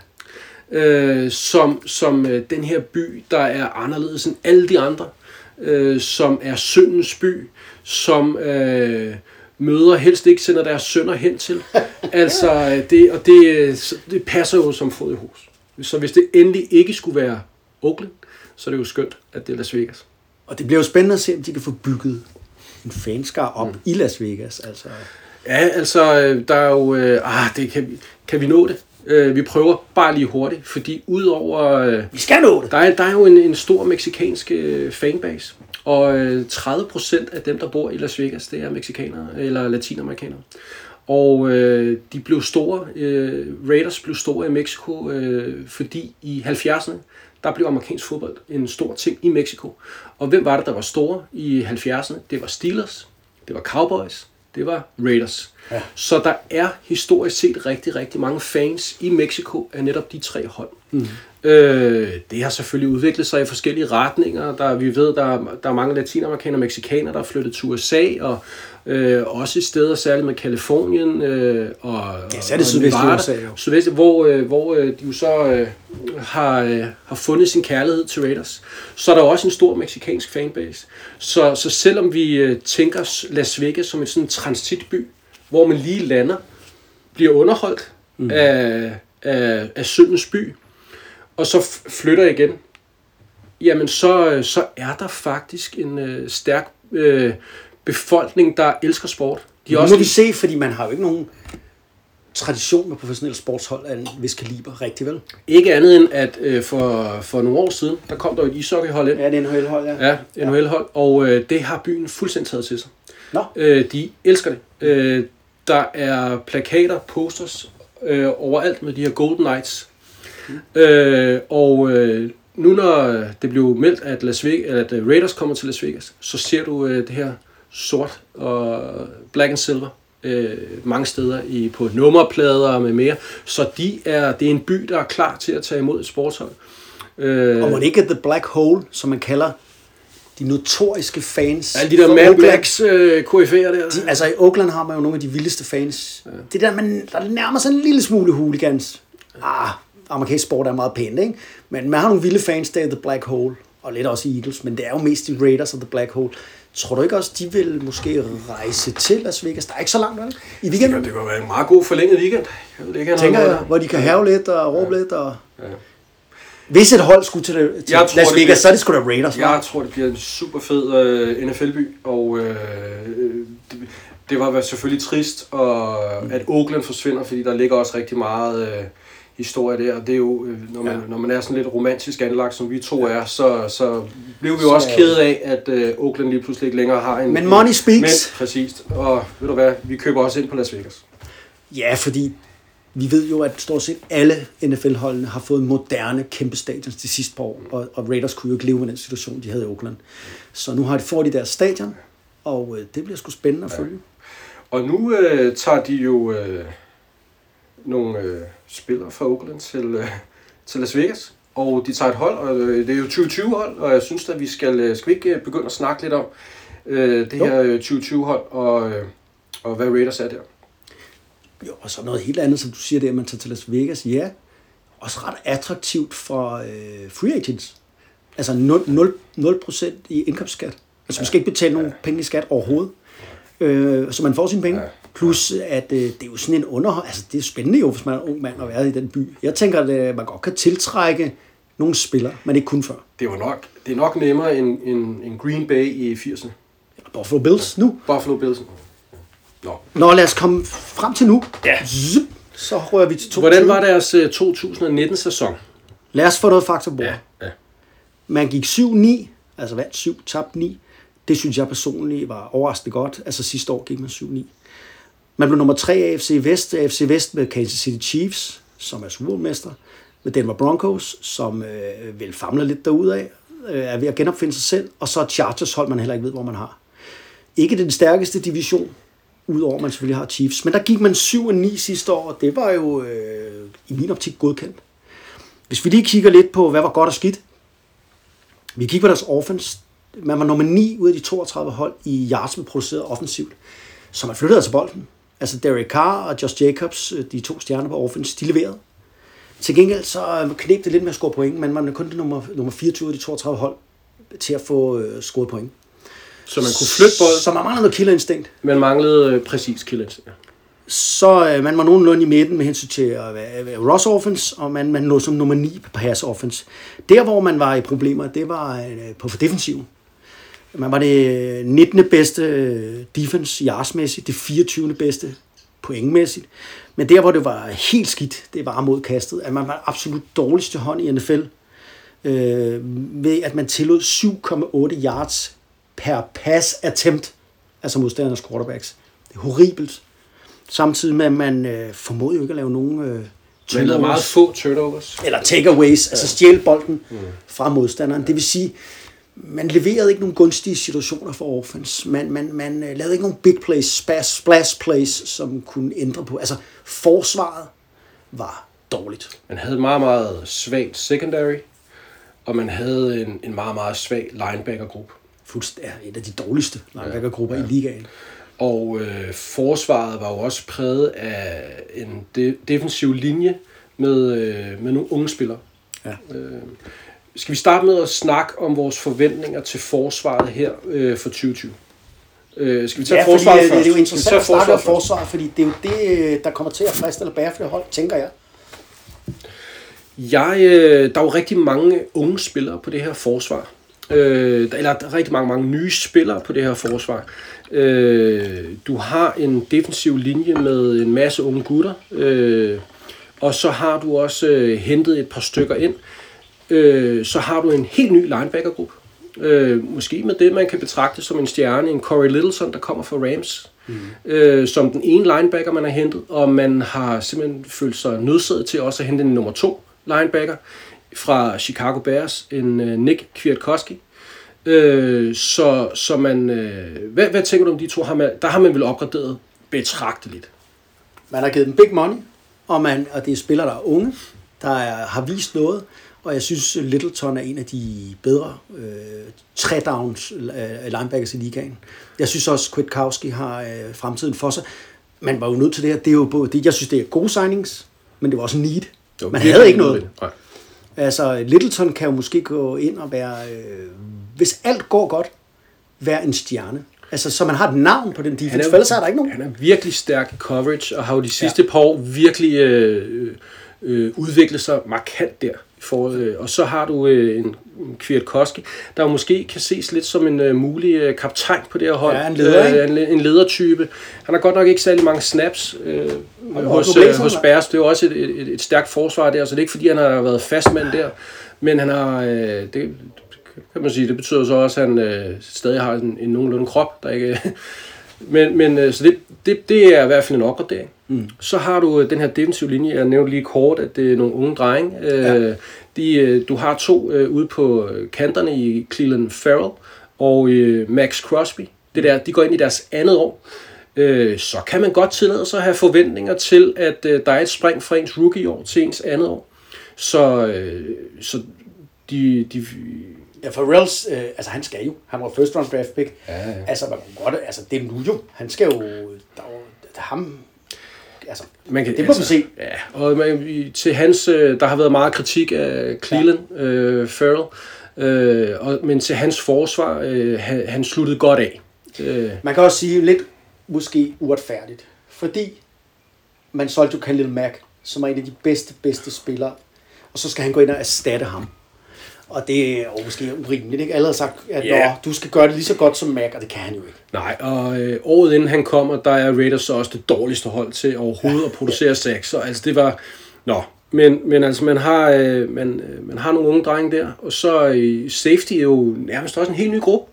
Speaker 3: Øh, som som øh, den her by, der er anderledes end alle de andre, øh, som er syndens by, som øh, møder helst ikke sender deres sønner hen til. Altså, det, og det, det passer jo som fod i hus. Så hvis det endelig ikke skulle være Oakland, så er det jo skønt, at det er Las Vegas.
Speaker 4: Og det bliver jo spændende at se, om de kan få bygget en fanskar op mm. i Las Vegas. Altså.
Speaker 3: Ja, altså, der er jo... Øh, ah, det kan, vi, kan vi nå det? Øh, vi prøver bare lige hurtigt, fordi udover... Øh,
Speaker 4: vi skal nå det!
Speaker 3: Der er, der er jo en, en stor meksikansk øh, fanbase, og øh, tredive procent af dem, der bor i Las Vegas, det er mexikanere eller latinamerikanere. Og øh, de blev store, øh, Raiders blev store i Mexico, øh, fordi i halvfjerdserne, der blev amerikansk fodbold en stor ting i Mexico. Og hvem var det, der var store i halvfjerdserne? Det var Steelers, det var Cowboys, det var Raiders. Ja. Så der er historisk set rigtig, rigtig mange fans i Mexico af netop de tre hold. Mm. Øh, det har selvfølgelig udviklet sig i forskellige retninger. Der, vi ved, der, der er mange latinamerikanere og mexikanere, der er flyttet til U S A, og øh, også i steder, særligt med Kalifornien øh, og,
Speaker 4: ja, så er det sydvestlige U S A, jo.
Speaker 3: Sydvest, hvor, øh, hvor øh, de jo så øh, har, øh, har fundet sin kærlighed til Raiders. Så er der også en stor mexikansk fanbase. Så, så selvom vi øh, tænker Las Vegas som en sådan transitby, hvor man lige lander, bliver underholdt mm. af, af, af syndens by, og så flytter igen, jamen så, så er der faktisk en øh, stærk øh, befolkning, der elsker sport.
Speaker 4: De også må vi se, fordi man har jo ikke nogen tradition med professionelle sportshold af en vis kaliber, rigtig vel?
Speaker 3: Ikke andet end, at øh, for, for nogle år siden, der kom der et ishockeyhold ind.
Speaker 4: Ja, det er en N H L-hold, ja.
Speaker 3: Ja, en N H L-hold, og øh, det har byen fuldstændig taget til sig.
Speaker 4: Nå.
Speaker 3: Øh, de elsker det. Øh, der er plakater, posters øh, overalt med de her Golden Knights. Mm. Øh, og øh, nu når det blev meldt, at, Las Vegas, at Raiders kommer til Las Vegas, så ser du øh, det her sort og black and silver øh, mange steder i, på nummerplader og med mere. Så de er, det er en by, der er klar til at tage imod et sportshold.
Speaker 4: Øh, og må det ikke The Black Hole, som man kalder de notoriske fans?
Speaker 3: Alle de der Mad Blacks øh, K F A'er der.
Speaker 4: De, altså i Oakland har man jo nogle af de vildeste fans. Ja. Det der, man, der nærmer sig en lille smule hooligans. Ah, amerikansk sport er meget pænt, ikke? Men man har nogle vilde fans, der er The Black Hole, og lidt også Eagles, men det er jo mest de Raiders og The Black Hole. Tror du ikke også, de vil måske rejse til Las Vegas? Der er ikke så langt, vel? I weekenden?
Speaker 3: Det, det kan være en meget god forlænget weekend. Jeg ved ikke,
Speaker 4: tænker jeg, hvor de kan have lidt og råbe ja. lidt. Og... Ja. Hvis et hold skulle til, det, til
Speaker 3: tror,
Speaker 4: Las Vegas, bliver, så er det sgu da Raiders.
Speaker 3: Jeg tror, det bliver en super fed uh, N F L-by, og uh, det, det var selvfølgelig trist, og, mm. at Oakland forsvinder, fordi der ligger også rigtig meget... Uh, historie der, og det er jo, når man, ja. når man er sådan lidt romantisk anlagt, som vi to er, så, så blev vi jo også kede af, at uh, Oakland lige pludselig ikke længere har en...
Speaker 4: Men money speaks.
Speaker 3: Men, præcis, og ved du hvad, vi køber også ind på Las Vegas.
Speaker 4: Ja, fordi vi ved jo, at stort set alle N F L-holdene har fået moderne kæmpe stadions de sidste par år, og, og Raiders kunne jo ikke leve med den situation, de havde i Oakland. Så nu har de fået de deres stadion, og øh, det bliver sgu spændende at følge.
Speaker 3: Ja. Og nu øh, tager de jo... Øh, nogle øh, spillere fra Oakland til, øh, til Las Vegas, og de tager et hold, og øh, det er jo tyve tyve hold, og jeg synes at vi skal, øh, skal vi ikke begynde at snakke lidt om øh, det jo. her øh, tyve tyve hold, og, øh, og hvad Raiders er der.
Speaker 4: Jo, og så noget helt andet, som du siger, det er, at man tager til Las Vegas, ja, også ret attraktivt for øh, free agents. Altså nul procent i indkomstskat. Altså man skal ikke betale nogen ja. penge i skat overhovedet, øh, så man får sine penge. Ja. Plus, at øh, det er jo sådan en underhold... Altså, det er spændende jo, hvis man er en ung mand og være i den by. Jeg tænker, at øh, man godt kan tiltrække nogle spillere, man ikke kunne før.
Speaker 3: Det var nok, det er nok nemmere end, end, end Green Bay i firserne.
Speaker 4: Buffalo Bills nu.
Speaker 3: Buffalo Bills.
Speaker 4: Nå. Nå, lad os komme frem til nu. Ja. Zip, så rører vi til to tusind.
Speaker 3: Hvordan var deres uh, to tusind nitten-sæson?
Speaker 4: Lad os få noget fakta på.
Speaker 3: Ja, ja.
Speaker 4: Man gik syv ni, altså vandt syv, tabte ni. Det synes jeg personligt var overraskende godt. Altså sidste år gik man syv ni. Man blev nummer tre af A F C Vest. A F C Vest med Kansas City Chiefs, som er Super Bowl-mester. Med Denver Broncos, som øh, vil famle lidt derudad. Øh, er ved at genopfinde sig selv. Og så Chargers hold, man heller ikke ved, hvor man har. Ikke den stærkeste division, udover man selvfølgelig har Chiefs. Men der gik man syv ni sidste år, og det var jo øh, i min optik godkendt. Hvis vi lige kigger lidt på, hvad var godt og skidt. Vi kigger på deres offense. Man var nummer ni ud af de toogtredive hold i yards med produceret offensivt. Så man flyttede altså bolden. Altså Derek Carr og Josh Jacobs, de to stjerner på offense, de leverede. Til gengæld så kneb det lidt med at score point, men man er kun det nummer, nummer fireogtyve af de toogtredive hold til at få øh, scoret point.
Speaker 3: Så man kunne flytte bolden.
Speaker 4: Så man manglede noget killerinstinkt.
Speaker 3: Man manglede øh, præcis killerinstinkt.
Speaker 4: Så øh, man var nogenlunde i midten med hensyn til at være Ross offense, og man, man nåede som nummer ni på pass offense. Der, hvor man var i problemer, det var øh, på for defensiven. Man var det nittende bedste defense yardsmæssigt, det fireogtyvende bedste pointmæssigt. Men der, hvor det var helt skidt, det var mod kastet, at man var absolut dårligste hånd i N F L, øh, ved at man tillod syv komma otte yards per pass attempt, altså modstandernes quarterbacks. Det er horribelt. Samtidig med, at man øh, formåede jo ikke at lave nogen øh,
Speaker 3: Man lavede meget få turnovers.
Speaker 4: Eller takeaways, ja. Altså stjæle bolden mm. fra modstanderen. Det vil sige, man leverede ikke nogen gunstige situationer for offense. Man, man, man lavede ikke nogen big plays, splash, splash plays, som kunne ændre på. Altså, forsvaret var dårligt.
Speaker 3: Man havde et meget, meget svagt secondary, og man havde en, en meget, meget svag linebacker-gruppe.
Speaker 4: Fuldstændig et af de dårligste linebacker-grupper ja, ja. i ligaen.
Speaker 3: Og øh, forsvaret var jo også præget af en de- defensiv linje med, øh, med nogle unge spillere.
Speaker 4: Ja.
Speaker 3: Øh, skal vi starte med at snakke om vores forventninger til forsvaret her øh, for tyve tyve? Øh, skal vi tage
Speaker 4: ja,
Speaker 3: forsvaret
Speaker 4: fordi,
Speaker 3: først?
Speaker 4: det er jo interessant at snakke om
Speaker 3: forsvaret,
Speaker 4: forsvaret, fordi det er jo det, der kommer til at friste eller bære flere hold, tænker jeg.
Speaker 3: Jeg, øh, der er jo rigtig mange unge spillere på det her forsvar. Øh, eller der er rigtig mange, mange nye spillere på det her forsvar. Øh, du har en defensiv linje med en masse unge gutter, øh, og så har du også øh, hentet et par stykker ind. Øh, så har du en helt ny linebackergruppe. Øh, måske med det, man kan betragte som en stjerne, en Corey Littleton, der kommer fra Rams, mm. øh, som den ene linebacker, man har hentet, og man har simpelthen følt sig nødsaget til også at hente en nummer to linebacker fra Chicago Bears, en uh, Nick Kwiatkowski. Øh, så, så man, øh, hvad, hvad tænker du om de to? Har man, der har man vel opgraderet betragteligt.
Speaker 4: Man har givet dem big money, og, man, og det er spillere, der er unge, der er, har vist noget, og jeg synes, Littleton er en af de bedre øh, tre-downs øh, linebackers i ligaen. Jeg synes også, Kwiatkowski har øh, fremtiden for sig. Man var jo nødt til det her. Det er jo både, det, jeg synes, det er gode signings, men det var også need. Man havde ikke noget.
Speaker 3: Nej.
Speaker 4: Altså, Littleton kan jo måske gå ind og være, øh, hvis alt går godt, være en stjerne. Altså, så man har et navn på den defense, for ellers er der ikke nogen.
Speaker 3: Han er virkelig stærk i coverage, og har jo de sidste ja. par år virkelig øh, øh, udviklet sig markant der. For, øh, og så har du øh, en, en Kwiatkowski, der jo måske kan ses lidt som en øh, mulig øh, kaptajn på det her hold.
Speaker 4: Ja, en leder,
Speaker 3: øh, en, en ledertype. Han har godt nok ikke særlig mange snaps øh, hos, øh, hos Bears. Det er jo også et, et, et stærkt forsvar der, så det er ikke fordi, han har været fastmand der. Men han har, øh, det kan man sige, det betyder så også, at han øh, stadig har en, en nogenlunde krop, der ikke... Men, men så det, det, det er i hvert fald en opgradering. Mm. Så har du den her defensive linje, jeg nævnte lige kort, at det er nogle unge drenge. Ja. De, du har to uh, ude på kanterne i Clelin Ferrell og uh, Max Crosby. Det der, de går ind i deres andet år. Uh, så kan man godt tillade sig at have forventninger til, at uh, der er et spring fra ens rookie-år til ens andet år. Så, uh, så de... de
Speaker 4: Ja, Ferrells, øh, altså han skal jo, han var first round draft pick.
Speaker 3: Ja, ja.
Speaker 4: Altså, man kunne godt, altså det er nu jo, han skal jo, der, der, der ham, altså,
Speaker 3: man kan,
Speaker 4: det må
Speaker 3: altså,
Speaker 4: vi se.
Speaker 3: Ja, og man, til hans, der har været meget kritik af Clelin ja. øh, Ferrell, øh, og, men til hans forsvar, øh, han, han sluttede godt af. Øh.
Speaker 4: Man kan også sige lidt, måske uretfærdigt, fordi man solgte jo Khalil Mack, som er en af de bedste, bedste spillere, og så skal han gå ind og erstatte ham. Og det er jo måske urimeligt, ikke? Alle har sagt, at yeah. Nå, du skal gøre det lige så godt som Mac, og det kan han jo ikke.
Speaker 3: Nej, og øh, året inden han kommer, der er Raiders så også det dårligste hold til overhovedet ja. at producere sacks. Så altså det var, nå, men, men altså man har, øh, man, øh, man har nogle unge drenge der, og så øh, safety er jo nærmest også en helt ny gruppe.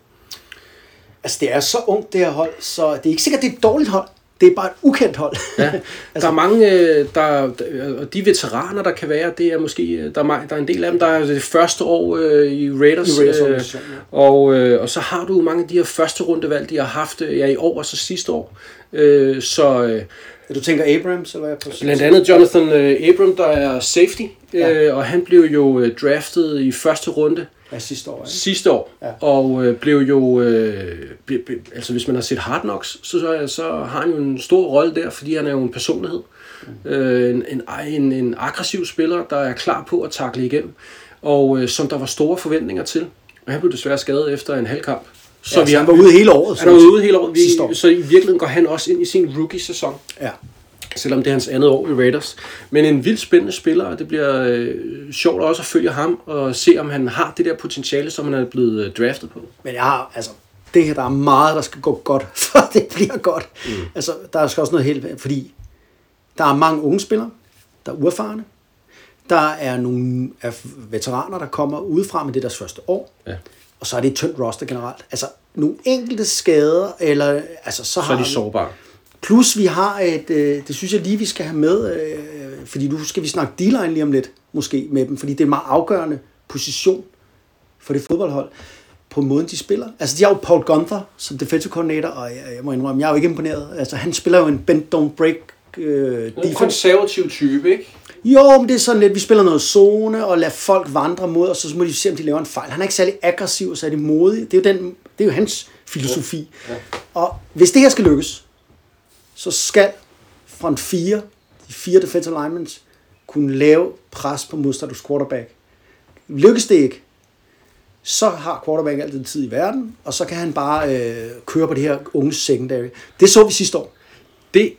Speaker 4: Altså det er så ungt det her hold, så det er ikke sikkert, det er et dårligt hold. Det er bare et ukendt hold. Ja.
Speaker 3: altså, der er mange, der, og de veteraner, der kan være, det er måske, der er, der er en del af dem, der er det første år øh, i Raiders,
Speaker 4: I Raiders øh,
Speaker 3: og, øh, og så har du mange af de her første rundevalg, de har haft ja, i år og så sidste år. Øh, så, øh,
Speaker 4: du tænker Abrams, eller hvad? På
Speaker 3: blandt andet Jonathan øh, Abram, der er safety, ja. øh, og han blev jo øh, draftet i første runde
Speaker 4: Ja, sidste år, ikke?
Speaker 3: Sidste år.
Speaker 4: Ja.
Speaker 3: Og øh, blev jo... Øh, ble, ble, altså hvis man har set Hard Knocks, så, så, så har han jo en stor rolle der, fordi han er jo en personlighed. Mm. Øh, en, en, en, en aggressiv spiller, der er klar på at takle igennem. Og øh, som der var store forventninger til. Og han blev desværre skadet efter en halv kamp.
Speaker 4: Så ja, vi, han var ude hele året.
Speaker 3: Han var ude hele året. Vi, så i virkeligheden går han også ind i sin rookie-sæson. Ja. Selvom det er hans andet år i Raiders. Men en vildt spændende spiller, og det bliver øh, sjovt også at følge ham og se, om han har det der potentiale, som han er blevet øh, draftet på.
Speaker 4: Men jeg har, altså, det her, der er meget, der skal gå godt, for det bliver godt. Mm. Altså, der skal også noget helt, fordi der er mange unge spillere, der er uerfarne. Der er nogle veteraner, der kommer udefra med det deres første år. Ja. Og så er det et tyndt roster generelt. Altså, nogle enkelte skader, eller altså, så, så har
Speaker 3: er de sårbare.
Speaker 4: Plus vi har et, øh, det synes jeg lige, vi skal have med, øh, fordi nu skal vi snakke D-line lige om lidt, måske med dem, fordi det er en meget afgørende position for det fodboldhold, på måden de spiller. Altså de har jo Paul Gunther som defensive coordinator, og jeg, jeg må indrømme, jeg er jo ikke imponeret. Altså han spiller jo en bend don't break øh, defense.
Speaker 3: En konservativ type, ikke?
Speaker 4: Jo, men det er sådan lidt, vi spiller noget zone, og lader folk vandre mod os, og så må de se, om de laver en fejl. Han er ikke særlig aggressiv og særlig modig. Det er jo, den, det er jo hans filosofi. Ja. Ja. Og hvis det her skal lykkes, så skal front fire, de fire defensive linemen, kunne lave pres på modstanders quarterback. Lykkes det ikke, så har quarterback altid tid i verden, og så kan han bare øh, køre på det her unge secondary. Det så vi sidste år.
Speaker 3: Det,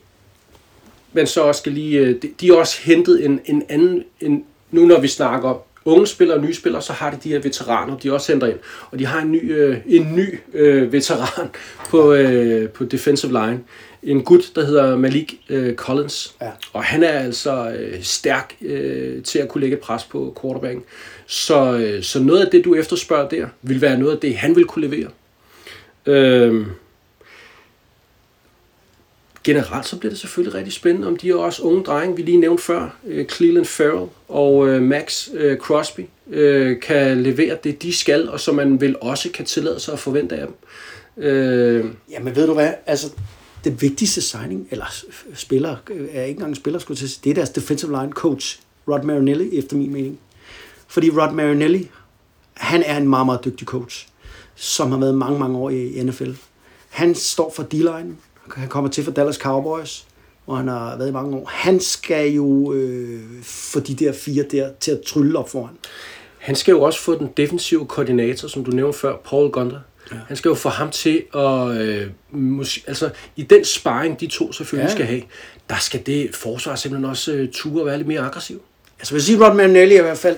Speaker 3: men så også skal lige, de har også hentet en, en anden, en, nu når vi snakker om unge spillere og nye spillere, så har de de her veteraner, de også henter ind. Og de har en ny, øh, en ny øh, veteran på, øh, på defensive line. En gut, der hedder Malik øh, Collins. Ja. Og han er altså øh, stærk øh, til at kunne lægge pres på quarterbacken. Så, øh, så noget af det, du efterspørger der, vil være noget af det, han vil kunne levere. Øh, Generelt så bliver det selvfølgelig rigtig spændende, om de er også unge drenge, vi lige nævnte før, øh, Cleveland Farrell og øh, Max øh, Crosby, øh, kan levere det, de skal, og som man vel også kan tillade sig at forvente af dem. Øh,
Speaker 4: Jamen ved du hvad, altså det vigtigste signing, eller spiller, er ikke engang en spiller, skulle jeg sige, det er deres defensive line coach, Rod Marinelli, efter min mening. Fordi Rod Marinelli, han er en meget, meget dygtig coach, som har været mange, mange år i N F L. Han står for D-line. Han kommer til fra Dallas Cowboys, hvor han har været i mange år. Han skal jo øh, få de der fire der til at trylle op foran.
Speaker 3: Han skal jo også få den defensive koordinator, som du nævnte før, Paul Gunther. Ja. Han skal jo få ham til at... Øh, mus- altså, i den sparring, de to selvfølgelig ja. skal have, der skal det forsvar simpelthen også øh, ture og være lidt mere aggressiv.
Speaker 4: Altså, jeg vil sige, Rod Marinelli er i hvert fald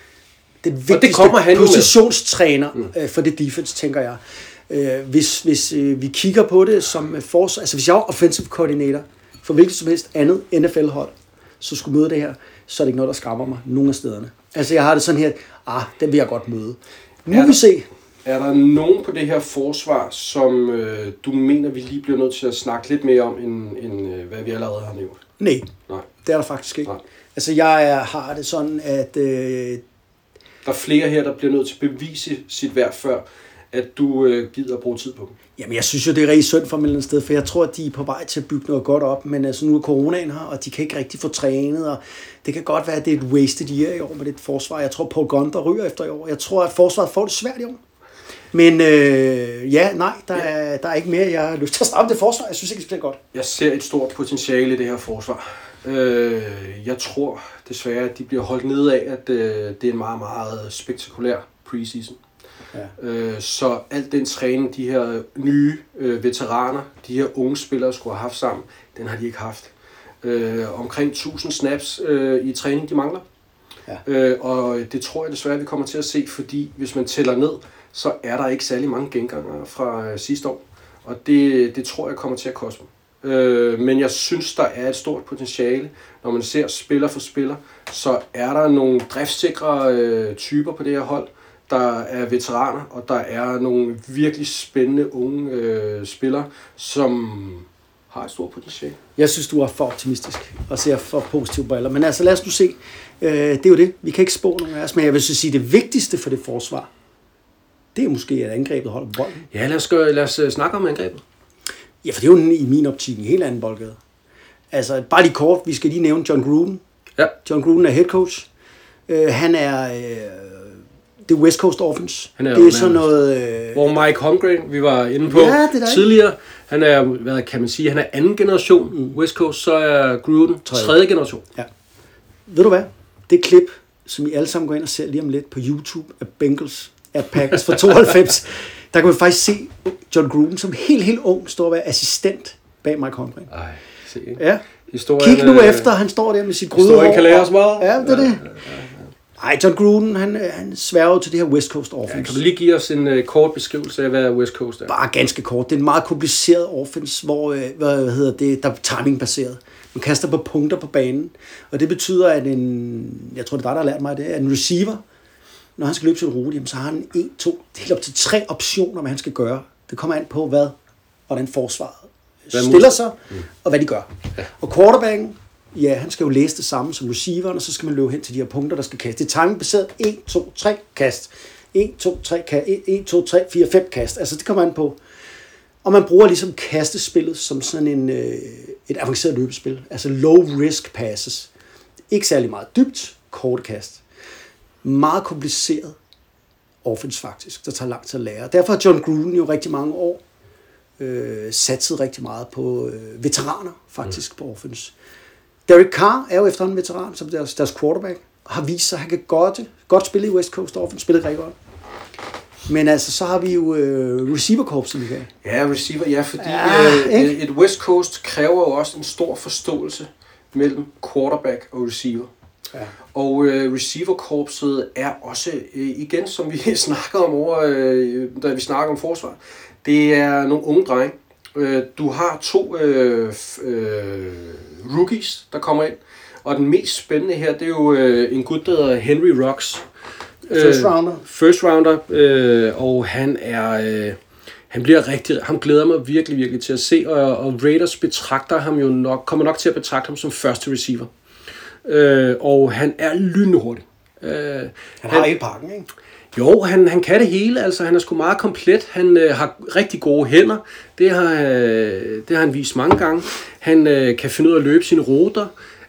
Speaker 4: det vigtigste det positionstræner mm. øh, for det defense, tænker jeg. Øh, hvis hvis øh, vi kigger på det som forsvar, altså hvis jeg er offensive coordinator for hvilket som helst andet N F L-hold, så skulle møde det her, så er det ikke noget, der skræmmer mig nogen af stederne. Altså jeg har det sådan her, ah, den vil jeg godt møde. Nu vil vi se.
Speaker 3: Er der nogen på det her forsvar, som øh, du mener, vi lige bliver nødt til at snakke lidt mere om, end, end øh, hvad vi allerede har nævnt?
Speaker 4: Nej, Nej. det er der faktisk ikke. Nej. Altså jeg er, har det sådan, at... Øh,
Speaker 3: der er flere her, der bliver nødt til at bevise sit værd før, at du øh, gider at bruge tid på dem?
Speaker 4: Jamen, jeg synes jo, det er rigtig synd for dem et eller andet sted, for jeg tror, at de er på vej til at bygge noget godt op, men altså nu er coronaen her, og de kan ikke rigtig få trænet, og det kan godt være, at det er et wasted year i år med det forsvar. Jeg tror, Paul Gunther ryger efter i år. Jeg tror, at forsvaret får det svært i år. Men øh, ja, nej, der, ja. Er, der er ikke mere, jeg har lyst til at stramme det forsvar. Jeg synes ikke, det bliver godt.
Speaker 3: Jeg ser et stort potentiale i det her forsvar. Øh, jeg tror desværre, at de bliver holdt nede af, at øh, det er en meget, meget spektakulær preseason. Ja. Øh, så al den træning, de her nye øh, veteraner, de her unge spillere skulle have haft sammen, den har de ikke haft. Øh, omkring tusind snaps øh, i træning, de mangler. Ja. Øh, og det tror jeg desværre, vi kommer til at se, fordi hvis man tæller ned, så er der ikke særlig mange genganger fra øh, sidste år. Og det, det tror jeg kommer til at koste mig. Øh, men jeg synes, der er et stort potentiale. Når man ser spiller for spiller, så er der nogle driftssikre øh, typer på det her hold. Der er veteraner, og der er nogle virkelig spændende unge øh, spillere, som har et stort potentiale.
Speaker 4: Jeg synes, du er for optimistisk og ser for positive briller. Men altså, lad os nu se. Øh, det er jo det. Vi kan ikke spå nogen af os, men jeg vil så sige, det vigtigste for det forsvar, det er måske, at angrebet holder bolden.
Speaker 3: Ja, lad os, gøre, lad os uh, snakke om angrebet.
Speaker 4: Ja, for det er jo i min optik en helt anden boldgade. Altså, bare lige kort, vi skal lige nævne John Gruden.
Speaker 3: Ja.
Speaker 4: John Gruden er head coach. Øh, han er... Øh, det er West Coast Offense.
Speaker 3: Han er
Speaker 4: det
Speaker 3: jo
Speaker 4: er sådan noget... Øh,
Speaker 3: Hvor Mike Holmgren, vi var inde på
Speaker 4: Ja, det er
Speaker 3: tidligere, han er, hvad kan man sige, han er anden generation mm. West Coast, så er Gruden tredje, tredje generation.
Speaker 4: Ja. Ved du hvad? Det klip, som I alle sammen går ind og ser lige om lidt på YouTube af Bengals af Packers fra tooghalvfems, der kan vi faktisk se John Gruden som helt, helt ung stå og være assistent bag Mike Holmgren.
Speaker 3: Ej, se ikke?
Speaker 4: Ja.
Speaker 3: Historien,
Speaker 4: Kig nu
Speaker 3: øh,
Speaker 4: efter, han står der med sit grøde
Speaker 3: Historien kan lære os meget.
Speaker 4: Ja, det er det. Nej, John Gruden, han, han sværger til det her West Coast offense.
Speaker 3: Ja, kan du lige give os en uh, kort beskrivelse af, hvad West Coast er?
Speaker 4: Bare ganske kort. Det er en meget kompliceret offense, hvor øh, hvad hedder det, der er timing-baseret. Man kaster på punkter på banen, og det betyder, at en, jeg tror det er dig, der har lært mig det, at en receiver, når han skal løbe sin rute, jamen, så har han en, to, helt op til tre optioner, hvad han skal gøre. Det kommer an på, hvad, hvordan forsvaret hvad stiller sig, mm. og hvad de gør. Ja. Og quarterbacken, ja, han skal jo læse det samme som receiveren, og så skal man løbe hen til de her punkter, der skal kaste. Det er timing-baseret en, to, tre kast. en, to, tre, en, to, tre, fire, fem kast. Altså det kommer an på. Og man bruger ligesom kastespillet som sådan en, øh, et avanceret løbespil. Altså low risk passes. Ikke særlig meget dybt, korte kast. Meget kompliceret offense faktisk, der tager lang tid at lære. Derfor har John Gruden jo rigtig mange år øh, satset rigtig meget på øh, veteraner faktisk mm. på offense. Derek Carr er jo efterhånden veteran, som deres, deres quarterback, og har vist sig, at han kan godt, godt spille i West Coast offense, spillet rigtig godt. Men altså, så har vi jo øh, receiver-korpsen i dag.
Speaker 3: Ja, receiver, ja, fordi
Speaker 4: ja,
Speaker 3: øh, et West Coast kræver jo også en stor forståelse mellem quarterback og receiver. Ja. Og øh, receiver-korpset er også, øh, igen som vi snakker om over, øh, da vi snakker om forsvar, det er nogle unge drenge. Øh, du har to øh, øh, rookies, der kommer ind, og den mest spændende her, det er jo øh, en gut, der hedder Henry Ruggs.
Speaker 4: First rounder.
Speaker 3: Øh, first rounder, øh, og han er, øh, han bliver rigtig, han glæder mig virkelig, virkelig til at se, og, og Raiders betragter ham jo nok, kommer nok til at betragte ham som første receiver. Øh, og han er lynhurtig. Øh,
Speaker 4: han har han, ikke pakken, ikke?
Speaker 3: Jo, han, han kan det hele, altså han er sgu meget komplet, han øh, har rigtig gode hænder, det har, øh, det har han vist mange gange, han øh, kan finde ud af at løbe sine ruter,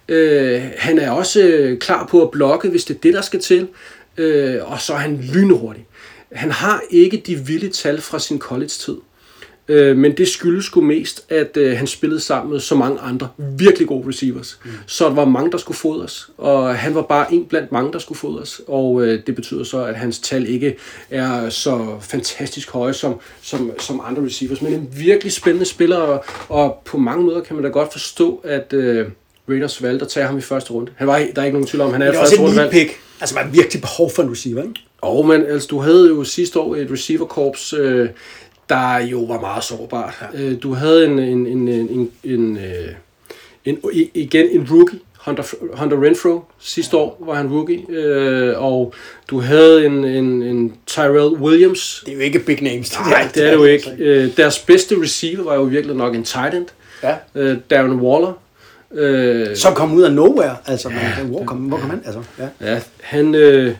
Speaker 3: øh, han er også øh, klar på at blokke, hvis det er det, der skal til, øh, og så er han lynhurtig. Han har ikke de vilde tal fra sin college-tid, øh, men det skyldes sgu mest, at øh, han spillede sammen med så mange andre virkelig gode receivers. Mm. Så der var mange, der skulle fodres, og han var bare en blandt mange, der skulle fodres, og øh, det betyder så, at hans tal ikke er så fantastisk høje som, som, som andre receivers, men en virkelig spændende spiller, og, og på mange måder kan man da godt forstå, at øh, Raiders valgte at tage ham i første runde. Han var, der er ikke nogen tvivl om, han er,
Speaker 4: er
Speaker 3: første runde valg.
Speaker 4: Pick. Altså man har virkelig behov for en receiver, ikke?
Speaker 3: Åh, oh, men altså, du havde jo sidste år et receiver-korps, øh, der jo var meget sårbart. Ja. Du havde en, en, en, en, en, en, en igen en rookie, Hunter, Hunter Renfrow. Sidste ja. år var han rookie, øh, og du havde en, en, en Tyrell Williams.
Speaker 4: Det er jo ikke big names.
Speaker 3: Nej, det er det jo ikke. Øh, deres bedste receiver var jo virkelig nok en tight end. Ja. Øh, Darren Waller.
Speaker 4: Øh, Som kom ud af nowhere. Altså, ja, man, hvor kom, hvor kom han? Altså, ja.
Speaker 3: ja, han... Øh,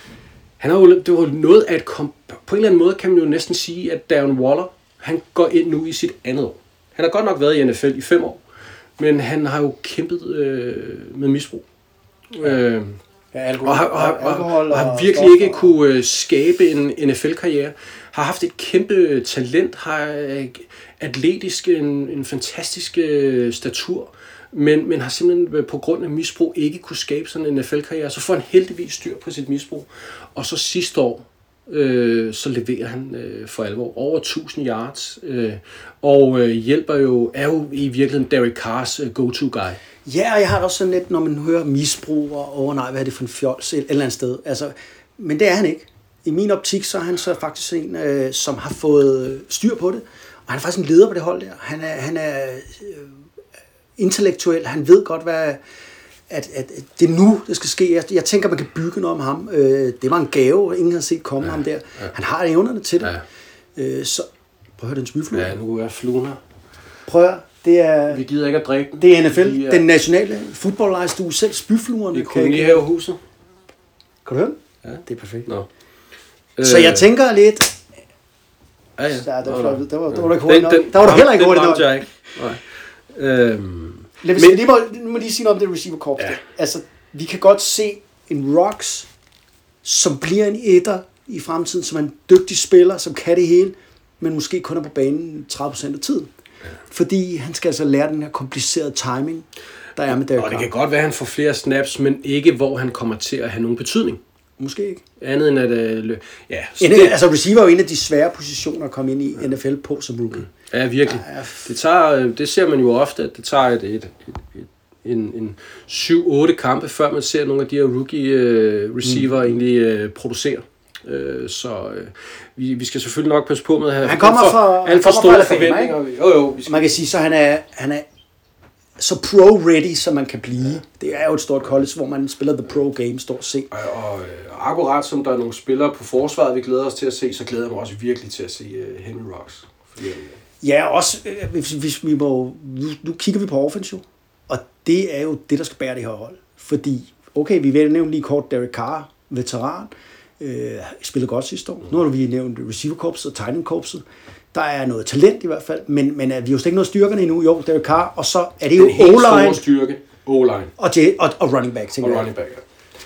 Speaker 3: Han har jo, det var noget af et komp- på en eller anden måde kan man jo næsten sige, at Darren Waller, han går ind nu i sit andet år. Han har godt nok været i N F L i fem år, men han har jo kæmpet øh, med misbrug. Ja. Øh, ja, alkohol, og, har, og, og, alkohol og, og har virkelig ikke kunne øh, skabe en N F L-karriere. Har haft et kæmpe talent, har øh, atletisk en, en fantastisk øh, statur, Men, men har simpelthen på grund af misbrug ikke kunne skabe sådan en N F L-karriere. Så får han heldigvis styr på sit misbrug. Og så sidste år, øh, så leverer han øh, for alvor over tusind yards. Øh, og øh, hjælper jo, er jo i virkeligheden Derek Carrs øh, go-to-guy.
Speaker 4: Ja, og jeg har også sådan lidt, når man hører misbrug, og åh oh, nej, hvad er det for en fjols et eller andet sted. Altså, men det er han ikke. I min optik, så er han så faktisk en, øh, som har fået styr på det. Og han er faktisk en leder på det hold der. Han er... Han er øh, intellektuel, han ved godt, hvad, at, at, at det er nu, det skal ske. Jeg, jeg tænker, man kan bygge noget om ham. Øh, det var en gave, ingen har set komme ja, ham der. Ja. Han har evnerne til det. Ja. Øh, så, prøv at høre den spyflue.
Speaker 3: Ja, nu er fluen her.
Speaker 4: Prøv at høre, det er...
Speaker 3: Vi gider ikke at drikke den.
Speaker 4: Det er N F L, er, den nationale fodboldlejstue, selv spyfluerne.
Speaker 3: Vi kunne lige have huset.
Speaker 4: Kan du høre den?
Speaker 3: Ja.
Speaker 4: Det er perfekt.
Speaker 3: Nå.
Speaker 4: Så jeg tænker lidt...
Speaker 3: Ja, ja.
Speaker 4: Der, der, der, der, var, der var der ikke hurtigt nok. Der var der heller ikke hurtigt nok.
Speaker 3: Den ikke. Nej. Øhm,
Speaker 4: Lad os men, lige, må, må lige sige noget om det receiver korps. Ja. Altså, vi kan godt se en Rocks, som bliver en etter, i fremtiden, som er en dygtig spiller, som kan det hele, men måske kun er på banen tredive procent af tiden. Fordi han skal altså lære den her komplicerede timing, der er med Derek Carr.
Speaker 3: Og det kan godt være, at han får flere snaps, men ikke hvor han kommer til at have nogen betydning.
Speaker 4: Måske ikke.
Speaker 3: Andet end at... Øh, ja,
Speaker 4: En,
Speaker 3: det,
Speaker 4: altså receiver er jo en af de svære positioner at komme ind i N F L på som rookie.
Speaker 3: ja, virkelig.
Speaker 4: Ja, ja.
Speaker 3: Det, tager, det ser man jo ofte, at det tager et, et, et, et, en, en syv otte kampe, før man ser nogle af de her rookie-receiver uh, mm. egentlig uh, producere. Uh, så uh, vi, vi skal selvfølgelig nok passe på med at have
Speaker 4: Han kommer
Speaker 3: alt for,
Speaker 4: fra,
Speaker 3: alt for
Speaker 4: han
Speaker 3: store
Speaker 4: fra
Speaker 3: forventninger.
Speaker 4: Alabama,
Speaker 3: Jo, jo, vi skal.
Speaker 4: man kan sige, så han er, han er så pro-ready, som man kan blive. Ja. Det er jo et stort college, hvor man spiller the pro game, stort set.
Speaker 3: Og, og øh, akkurat som der er nogle spillere på forsvaret, vi glæder os til at se, så glæder jeg mig også virkelig til at se uh, Henry Rocks. Fordi, uh,
Speaker 4: Ja, også, øh, hvis, hvis vi må, nu, nu kigger vi på offensive, og det er jo det, der skal bære det her hold. Fordi, okay, vi vil nævne lige kort Derek Carr, veteran, øh, spillede godt sidste år. Nu har vi nævnt receiver-korpset og tight end-korpset. Der er noget talent i hvert fald, men, men vi har jo slet ikke noget styrkerne endnu. Jo, Derek Carr, og så er det jo
Speaker 3: den helt store
Speaker 4: O-line
Speaker 3: styrke, O-line
Speaker 4: og, J- og, og running back, tænker
Speaker 3: og
Speaker 4: jeg.
Speaker 3: running back. Ja.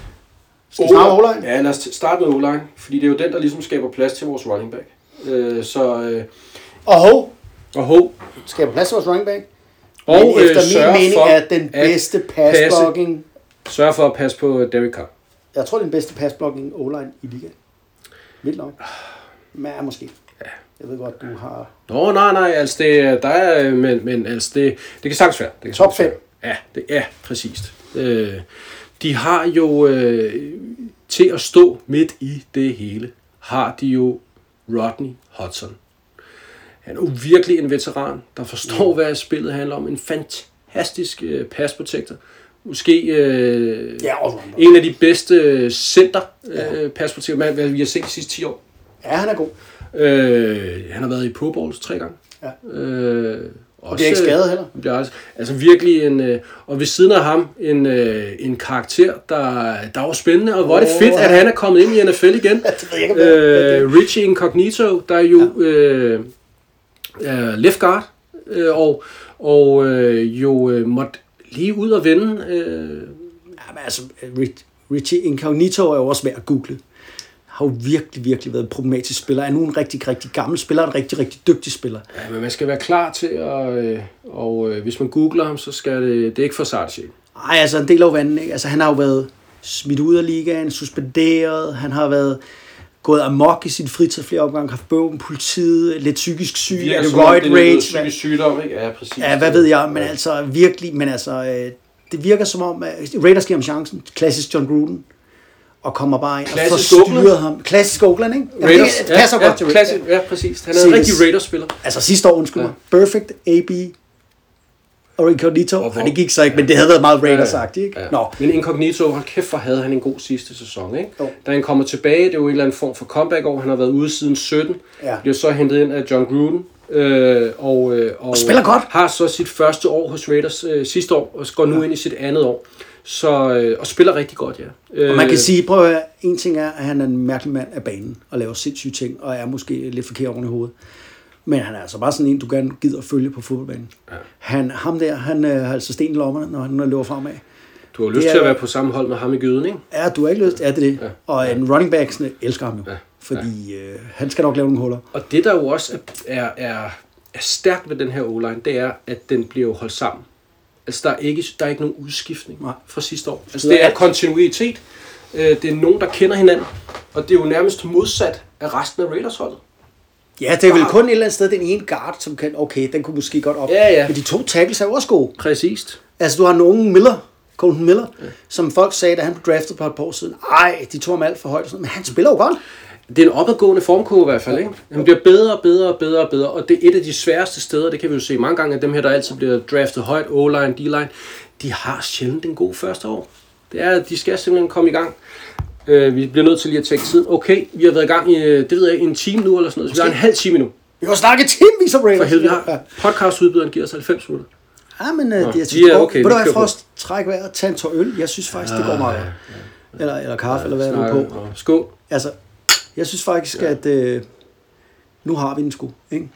Speaker 4: Skal vi starte med O-line?
Speaker 3: Ja, lad os starte med O-line, fordi det er jo den, der ligesom skaber plads til vores running back. Øh, så, øh,
Speaker 4: Og hov,
Speaker 3: og hov,
Speaker 4: skal jeg på plads til vores running back?
Speaker 3: og
Speaker 4: Men efter
Speaker 3: øh,
Speaker 4: min
Speaker 3: sørg
Speaker 4: mening
Speaker 3: for
Speaker 4: er den
Speaker 3: at
Speaker 4: bedste pass-blocking.
Speaker 3: Sørg for at passe på Derek Carr.
Speaker 4: Jeg tror, det er den bedste pass-blocking O-line i ligaen. Vildt nok. Men ja, måske.
Speaker 3: Ja.
Speaker 4: Jeg ved godt, du har...
Speaker 3: Nå, nej, nej, altså det, der er, men, men altså det, det kan sagtens være. Det kan
Speaker 4: Top
Speaker 3: sagtens være. Ja, det er præcist. Øh, de har jo, øh, til at stå midt i det hele, har de jo Rodney Hudson. Han er jo virkelig en veteran, der forstår, hvad spillet handler om. En fantastisk øh, pass protector. Måske øh,
Speaker 4: Ja, også
Speaker 3: en af de bedste center øh, pass protector, hvad vi har set de sidste ti år.
Speaker 4: Ja, han er god.
Speaker 3: Øh, han har været i Pro Bowls tre gange.
Speaker 4: Ja.
Speaker 3: Øh,
Speaker 4: Og det er ikke skadet heller.
Speaker 3: Bliver altså, altså virkelig en... Øh, og ved siden af ham, en, øh, en karakter, der, der var spændende. Og hvor er det
Speaker 4: Oh,
Speaker 3: fedt,
Speaker 4: ja.
Speaker 3: at han er kommet ind i N F L igen.
Speaker 4: Det ved jeg ikke, om det er.
Speaker 3: øh, Richie Incognito, der er jo ja. øh, øh, left guard. Øh, og og øh, jo øh, måtte lige ud og vende. Øh,
Speaker 4: Jamen, altså, Rich, Richie Incognito er jo også værd at google. Har jo virkelig, virkelig været en problematisk spiller. Er nu en rigtig, rigtig gammel spiller, en rigtig, rigtig dygtig spiller.
Speaker 3: ja, men man skal være klar til at... Øh, og øh, hvis man googler ham, så skal det... Det er ikke for sart sjæl.
Speaker 4: Ej, altså en del af vandet, ikke? Altså han har jo været smidt ud af ligaen, suspenderet, han har været gået amok i sin fritid flere omgange, haft bøv med politiet, lidt psykisk syg, er det roid rage?
Speaker 3: Psykisk sygdom, ikke? Ja, præcis.
Speaker 4: Ja, hvad ved jeg, men altså virkelig, men altså, øh, det virker som om, at Raiders giver ham chancen, klassisk John Gruden, og kommer bare ind
Speaker 3: Klassisk
Speaker 4: og
Speaker 3: Oakland.
Speaker 4: forstyrrer ham. Klassisk Oakland, ikke? Jamen,
Speaker 3: Raiders,
Speaker 4: det, det passer
Speaker 3: ja,
Speaker 4: godt til
Speaker 3: ja,
Speaker 4: Raiders.
Speaker 3: klassisk, ja, præcis. Han er en
Speaker 4: Ses.
Speaker 3: rigtig Raiders-spiller.
Speaker 4: Altså sidste år, undskyld
Speaker 3: Ja.
Speaker 4: mig, Perfect, A B og Incognito,
Speaker 3: Og
Speaker 4: og
Speaker 3: hvor-
Speaker 4: det gik så ikke, men det havde været meget Raiders-agtigt, ikke?
Speaker 3: Ja.
Speaker 4: Nå,
Speaker 3: Men Incognito, hold kæft, hvor havde han en god sidste sæson, ikke?
Speaker 4: Jo.
Speaker 3: Da han kommer tilbage, det er jo en eller anden form for comeback-år. Han har været ude siden sytten.
Speaker 4: Ja.
Speaker 3: Bliver så hentet ind af John Gruden. Øh, og, øh, og,
Speaker 4: Og spiller godt.
Speaker 3: Har så sit første år hos Raiders øh, sidste år, og går nu ja. ind i sit andet år. Så, øh, og spiller rigtig godt, ja. Øh,
Speaker 4: og man kan sige, prøv at høre, en ting er, at han er en mærkelig mand af banen, og laver sindssyge ting, og er måske lidt forkert oven i hovedet. Men han er altså bare sådan en, du gerne gider at følge på fodboldbanen. Ja. Han, ham der, han øh, har altså sten i lommerne, når han løber fremad.
Speaker 3: Du har lyst
Speaker 4: det er-
Speaker 3: til at være på samme hold med ham i gyden, ikke?
Speaker 4: Ja, du har ikke lyst, ja, det er det.
Speaker 3: Ja.
Speaker 4: Og en running back sådan, elsker ham jo,
Speaker 3: Ja.
Speaker 4: fordi øh, han skal nok lave nogle huller.
Speaker 3: Og det, der jo også er, er, er, er stærkt ved den her O-line, det er, at den bliver jo holdt sammen. Altså, der er ikke, der er ikke nogen udskiftning
Speaker 4: Nej.
Speaker 3: fra sidste år. Altså,
Speaker 4: Det er
Speaker 3: det er
Speaker 4: alt.
Speaker 3: kontinuitet. Øh, Det er nogen, der kender hinanden. Og det er jo nærmest modsat af resten af Raiders-holdet.
Speaker 4: Ja, det er vel kun et eller andet sted den ene guard, som kan, okay, den kunne måske godt op.
Speaker 3: Ja, ja.
Speaker 4: Men de to tackles er jo også gode.
Speaker 3: Præcist.
Speaker 4: Altså, du har nogen Miller, Colton Miller, ja. som folk sagde, da han blev draftet på et par år siden. Ej, de tog ham alt for højt. og sådan, Men han spiller jo godt.
Speaker 3: Det er en opadgående formkurve i hvert fald, ikke? Han bliver bedre og bedre og bedre og bedre, og det er et af de sværeste steder, det kan vi jo se mange gange, at dem her, der altid bliver draftet højt, O-line, D-line, de har sjældent en god første år. Det er, at de skal simpelthen komme i gang. Uh, vi bliver nødt til lige at tjekke tiden. Okay, vi har været i gang i, det ved jeg, en time nu eller sådan noget, så vi har en halv time nu.
Speaker 4: Vi har snakket timevis om Raiders.
Speaker 3: For helvede, vi har podcastudbyderen giver os halvfems minutter.
Speaker 4: Ja, men uh,
Speaker 3: Nå,
Speaker 4: jeg
Speaker 3: vi
Speaker 4: synes,
Speaker 3: er
Speaker 4: okay,
Speaker 3: okay,
Speaker 4: ved du
Speaker 3: vi
Speaker 4: hvad,
Speaker 3: kører på.
Speaker 4: Frost, træk vejret, tag en tår øl. Jeg synes faktisk, det går meget godt. Eller, eller kaffe, eller hvad er du på.
Speaker 3: Og skål.
Speaker 4: Altså, jeg synes faktisk, at øh, nu har vi den sgu, ikke?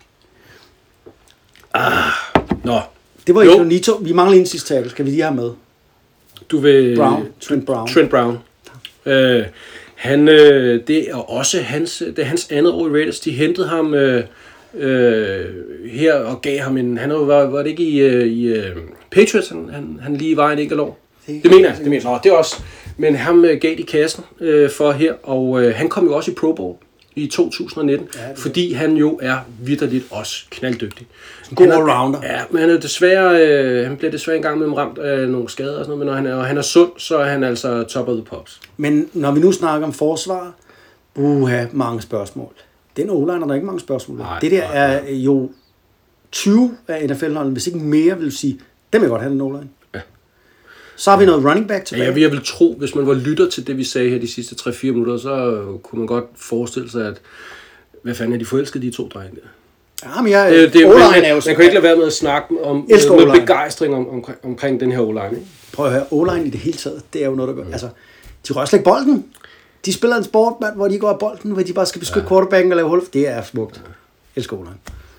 Speaker 3: Nå,
Speaker 4: Det var
Speaker 3: Jo.
Speaker 4: ikke Nito. Vi mangler en sidste tackle. Skal vi lige have med?
Speaker 3: du vil...
Speaker 4: Brown. Trent Brown.
Speaker 3: Trent Brown. Øh, Han, øh, det er også hans, det er hans andet år i Raiders. De hentede ham øh, øh, her og gav ham en... Han var, var det ikke i, øh, i uh, Patriots, han, han, han lige var en enkelt år? Det, det mener jeg. Det, mener jeg. Nå, det er også... Men ham øh, gav de kassen øh, for her, og øh, han kom jo også i Pro Bowl i to tusind nitten, ja, fordi han jo er vitterligt også knalddygtig.
Speaker 4: En god allrounder.
Speaker 3: Ja, men han er desværre, øh, han bliver desværre engang med ramt af nogle skader og sådan noget, men når han er, og han er sund, så er han altså top of the pops.
Speaker 4: Men når vi nu snakker om forsvar, uha, mange spørgsmål. Den O-line er der ikke mange spørgsmål.
Speaker 3: Nej,
Speaker 4: det der
Speaker 3: nej,
Speaker 4: er jo tyve af N F L-holdene, hvis ikke mere, vil sige, dem vil godt have en O-line.
Speaker 3: Ja.
Speaker 4: Så har vi noget running back tilbage.
Speaker 3: Ja, jeg vil tro, hvis man var lytter til det, vi sagde her de sidste tre fire minutter, så kunne man godt forestille sig, at hvad fanden er de forelskede, de to drenge der?
Speaker 4: Ja, men jeg,
Speaker 3: det, det,
Speaker 4: O-line
Speaker 3: man,
Speaker 4: er jo...
Speaker 3: Man kan ikke lade være med at snakke om, med, med begejstring om, om, omkring den her O-line. Ikke?
Speaker 4: Prøv at høre, O-line i det hele taget, det er jo noget, der gør... Mm. Altså, de rører slet ikke bolden. De spiller en sport, man, hvor de går af bolden, hvor de bare skal beskytte ja. quarterbacken og lave hul. Det er smukt. Ja. Elsker O-line.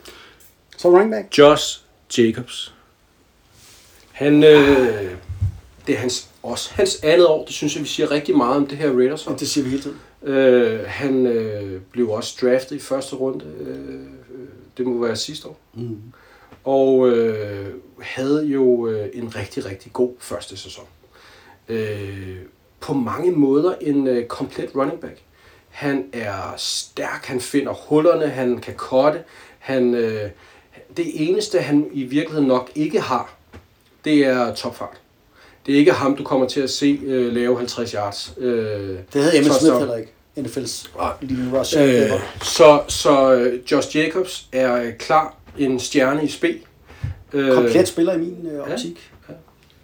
Speaker 4: Så running back.
Speaker 3: Josh Jacobs. Han... Øh, det er hans, også hans andet år. Det synes jeg, vi siger rigtig meget om det her Raiders.
Speaker 4: Ja, det siger vi hele tiden.
Speaker 3: Øh, han øh, blev også draftet i første runde. Øh, det må være sidste år. Mm. Og øh, havde jo øh, en rigtig, rigtig god første sæson. Øh, på mange måder en øh, komplet running back. Han er stærk, han finder hullerne, han kan cutte. Han, øh, det eneste, han i virkeligheden nok ikke har, det er topfart. Det er ikke ham, du kommer til at se øh, lave halvtreds yards. Øh,
Speaker 4: det havde Emmitt Smith heller ikke. N F L's leading rusher.
Speaker 3: Øh, så så øh, Josh Jacobs er øh, klar en stjerne i spil.
Speaker 4: Øh, Komplet spiller i min øh, optik. Ja, ja.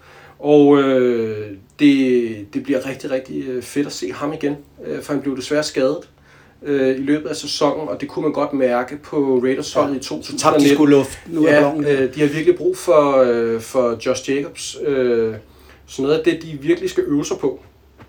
Speaker 3: Og øh, det, det bliver rigtig, rigtig fedt at se ham igen. Øh, for han blev desværre skadet øh, i løbet af sæsonen, og det kunne man godt mærke på Raiders holdet ja, i to tusind nitten.
Speaker 4: Tabte de sgu luft. Nu er
Speaker 3: ja, øh, de har virkelig brug for, øh, for Josh Jacobs. Øh, så noget af det, de virkelig skal øve sig på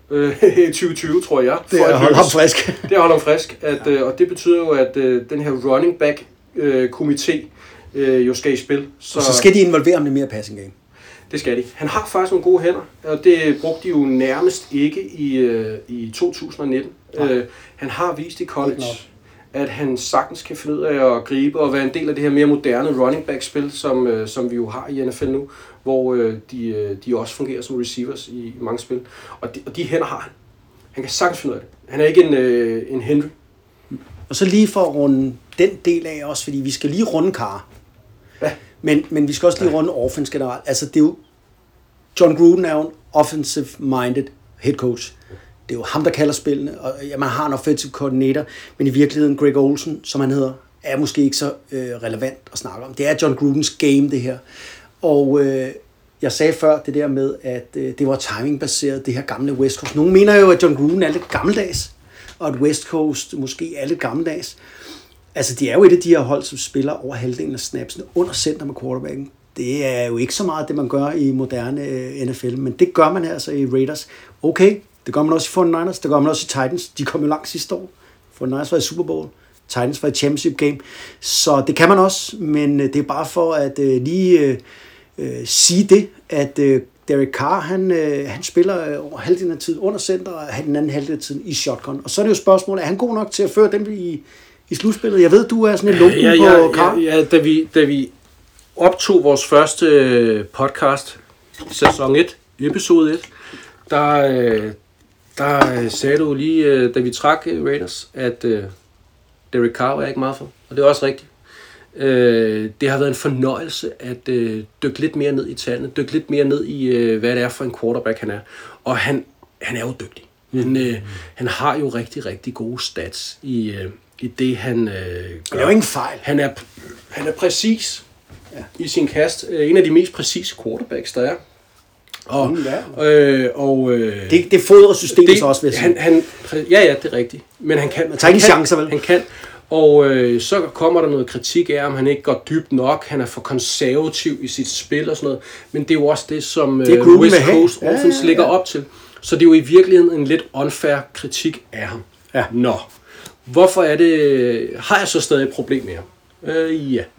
Speaker 3: i tyve tyve, tror jeg.
Speaker 4: Det er at holde ham frisk.
Speaker 3: Det er at holde ham frisk. At, ja. øh, og det betyder jo, at øh, den her running back øh, komité øh, jo skal i spil. Så,
Speaker 4: og så skal de involvere ham i mere passing game.
Speaker 3: Det skal de. Han har faktisk nogle gode hænder, og det brugte de jo nærmest ikke i, øh, i to tusind nitten. Øh, han har vist i college, at han sagtens kan finde ud af at gribe og være en del af det her mere moderne running back-spil, som, øh, som vi jo har i N F L nu, hvor øh, de, øh, de også fungerer som receivers i, i mange spil. Og de, og de hænder har han. Han kan sagtens finde ud af det. Han er ikke en, øh, en Henry.
Speaker 4: Og så lige for at runde den del af også, fordi vi skal lige runde Carr. Ja. Men, men vi skal også lige runde offense generelt. Altså det er jo, John Gruden er jo en offensive-minded head coach. Det er jo ham, der kalder spillene, og ja, man har en offensive coordinator, men i virkeligheden Greg Olsen, som han hedder, er måske ikke så øh, relevant at snakke om. Det er John Grudens game, det her. Og øh, jeg sagde før det der med, at øh, det var timingbaseret, det her gamle West Coast. Nogle mener jo, at John Gruden er lidt gammeldags, og at West Coast måske er lidt gammeldags. Altså, de er jo et af de her hold, som spiller over halvdelen af snapsene under center med quarterbacken. Det er jo ikke så meget det, man gør i moderne øh, N F L, men det gør man altså i Raiders. Okay, det gør man også i forty-niners, det gør man også i Titans. De kom jo langt sidste år. forty-niners var i Super Bowl, Titans var i Championship Game. Så det kan man også, men det er bare for at øh, lige øh, øh, sige det, at øh, Derek Carr, han, øh, han spiller over halvdelen af tiden under center, og den anden halvdel af tiden i shotgun. Og så er det jo spørgsmålet, er han god nok til at føre dem i, i slutspillet? Jeg ved, du er sådan en lumpen
Speaker 3: ja, ja,
Speaker 4: på Carr.
Speaker 3: Ja, ja, da vi, da vi optog vores første podcast, sæson et, episode et, der, der sagde du lige, da vi trak Raiders, at Derek Carr var ikke meget for, og det er også rigtigt. Det har været en fornøjelse at dykke lidt mere ned i tallene, dykke lidt mere ned i, hvad det er for en quarterback han er, og han, han er jo dygtig. Han, mm. han har jo rigtig, rigtig gode stats i, i det, han gør.
Speaker 4: Det er jo ingen fejl.
Speaker 3: Han er, han er præcis ja. i sin kast. En af de mest præcise quarterbacks, der er. Og, mm, ja. øh, og, øh,
Speaker 4: det, det fodrer systemet så også, vil jeg sige.
Speaker 3: Han, han, ja, ja, det er rigtigt. Men han kan.
Speaker 4: Man tager ikke chancer, vel?
Speaker 3: Han kan. Og øh, så kommer der noget kritik af, om han ikke går dybt nok. Han er for konservativ i sit spil og sådan noget. Men det er jo også det, som det øh, West Coast ja, Offense ja, ja. ligger op til. Så det er jo i virkeligheden en lidt unfair kritik af ham.
Speaker 4: Ja.
Speaker 3: Nå. Hvorfor er det, har jeg så stadig et problem med ham? Øh, ja.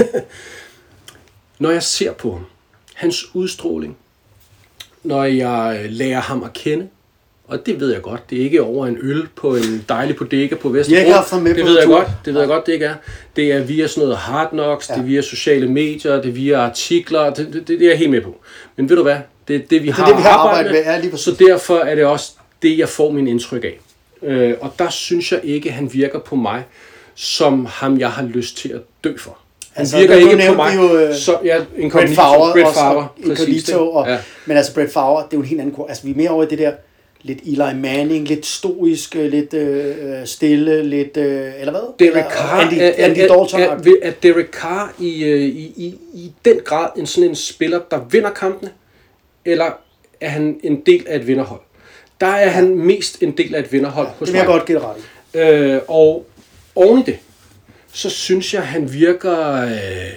Speaker 3: Når jeg ser på ham, hans udstråling, når jeg lærer ham at kende, Og det ved jeg godt. Det er ikke over en øl på en dejlig bodega på
Speaker 4: Jeg har
Speaker 3: Vesterbro.
Speaker 4: ikke haft ham med
Speaker 3: Det
Speaker 4: på
Speaker 3: ved jeg
Speaker 4: tur.
Speaker 3: godt. Det ved jeg godt, det ikke er. Det er via sådan noget Hard Knocks, ja. Det er via sociale medier, det er via artikler. Det, det, det er jeg helt med på. Men ved du hvad? Det er det, vi har,
Speaker 4: det, vi har
Speaker 3: arbejdet
Speaker 4: arbejdet
Speaker 3: med.
Speaker 4: med. Ja, lige præcis.
Speaker 3: Så derfor er det også det, jeg får min indtryk af. Øh, og der synes jeg ikke, han virker på mig, som ham, jeg har lyst til at dø for. Han
Speaker 4: Altså,
Speaker 3: virker
Speaker 4: du
Speaker 3: ikke på
Speaker 4: nævnte
Speaker 3: mig,
Speaker 4: jo, øh,
Speaker 3: så ja, en
Speaker 4: Brett Favre,
Speaker 3: Brett
Speaker 4: også,
Speaker 3: Favre,
Speaker 4: og Incognito, og,
Speaker 3: ja.
Speaker 4: men altså Brett Favre, det er jo en helt anden kor. Altså vi er mere over i det der lidt Eli Manning, lidt stoisk, lidt øh, stille, lidt, øh, eller hvad?
Speaker 3: Derek
Speaker 4: eller,
Speaker 3: Carr,
Speaker 4: Andy,
Speaker 3: er,
Speaker 4: Andy
Speaker 3: er,
Speaker 4: Dalton.
Speaker 3: er, er, er Derek Carr i, øh, i, i, i den grad en sådan en spiller, der vinder kampene, eller er han en del af et vinderhold? Der er han mest en del af et vinderhold hos
Speaker 4: det vil jeg
Speaker 3: mig.
Speaker 4: godt give ret i.
Speaker 3: Øh, og oven i det, så synes jeg, han virker øh,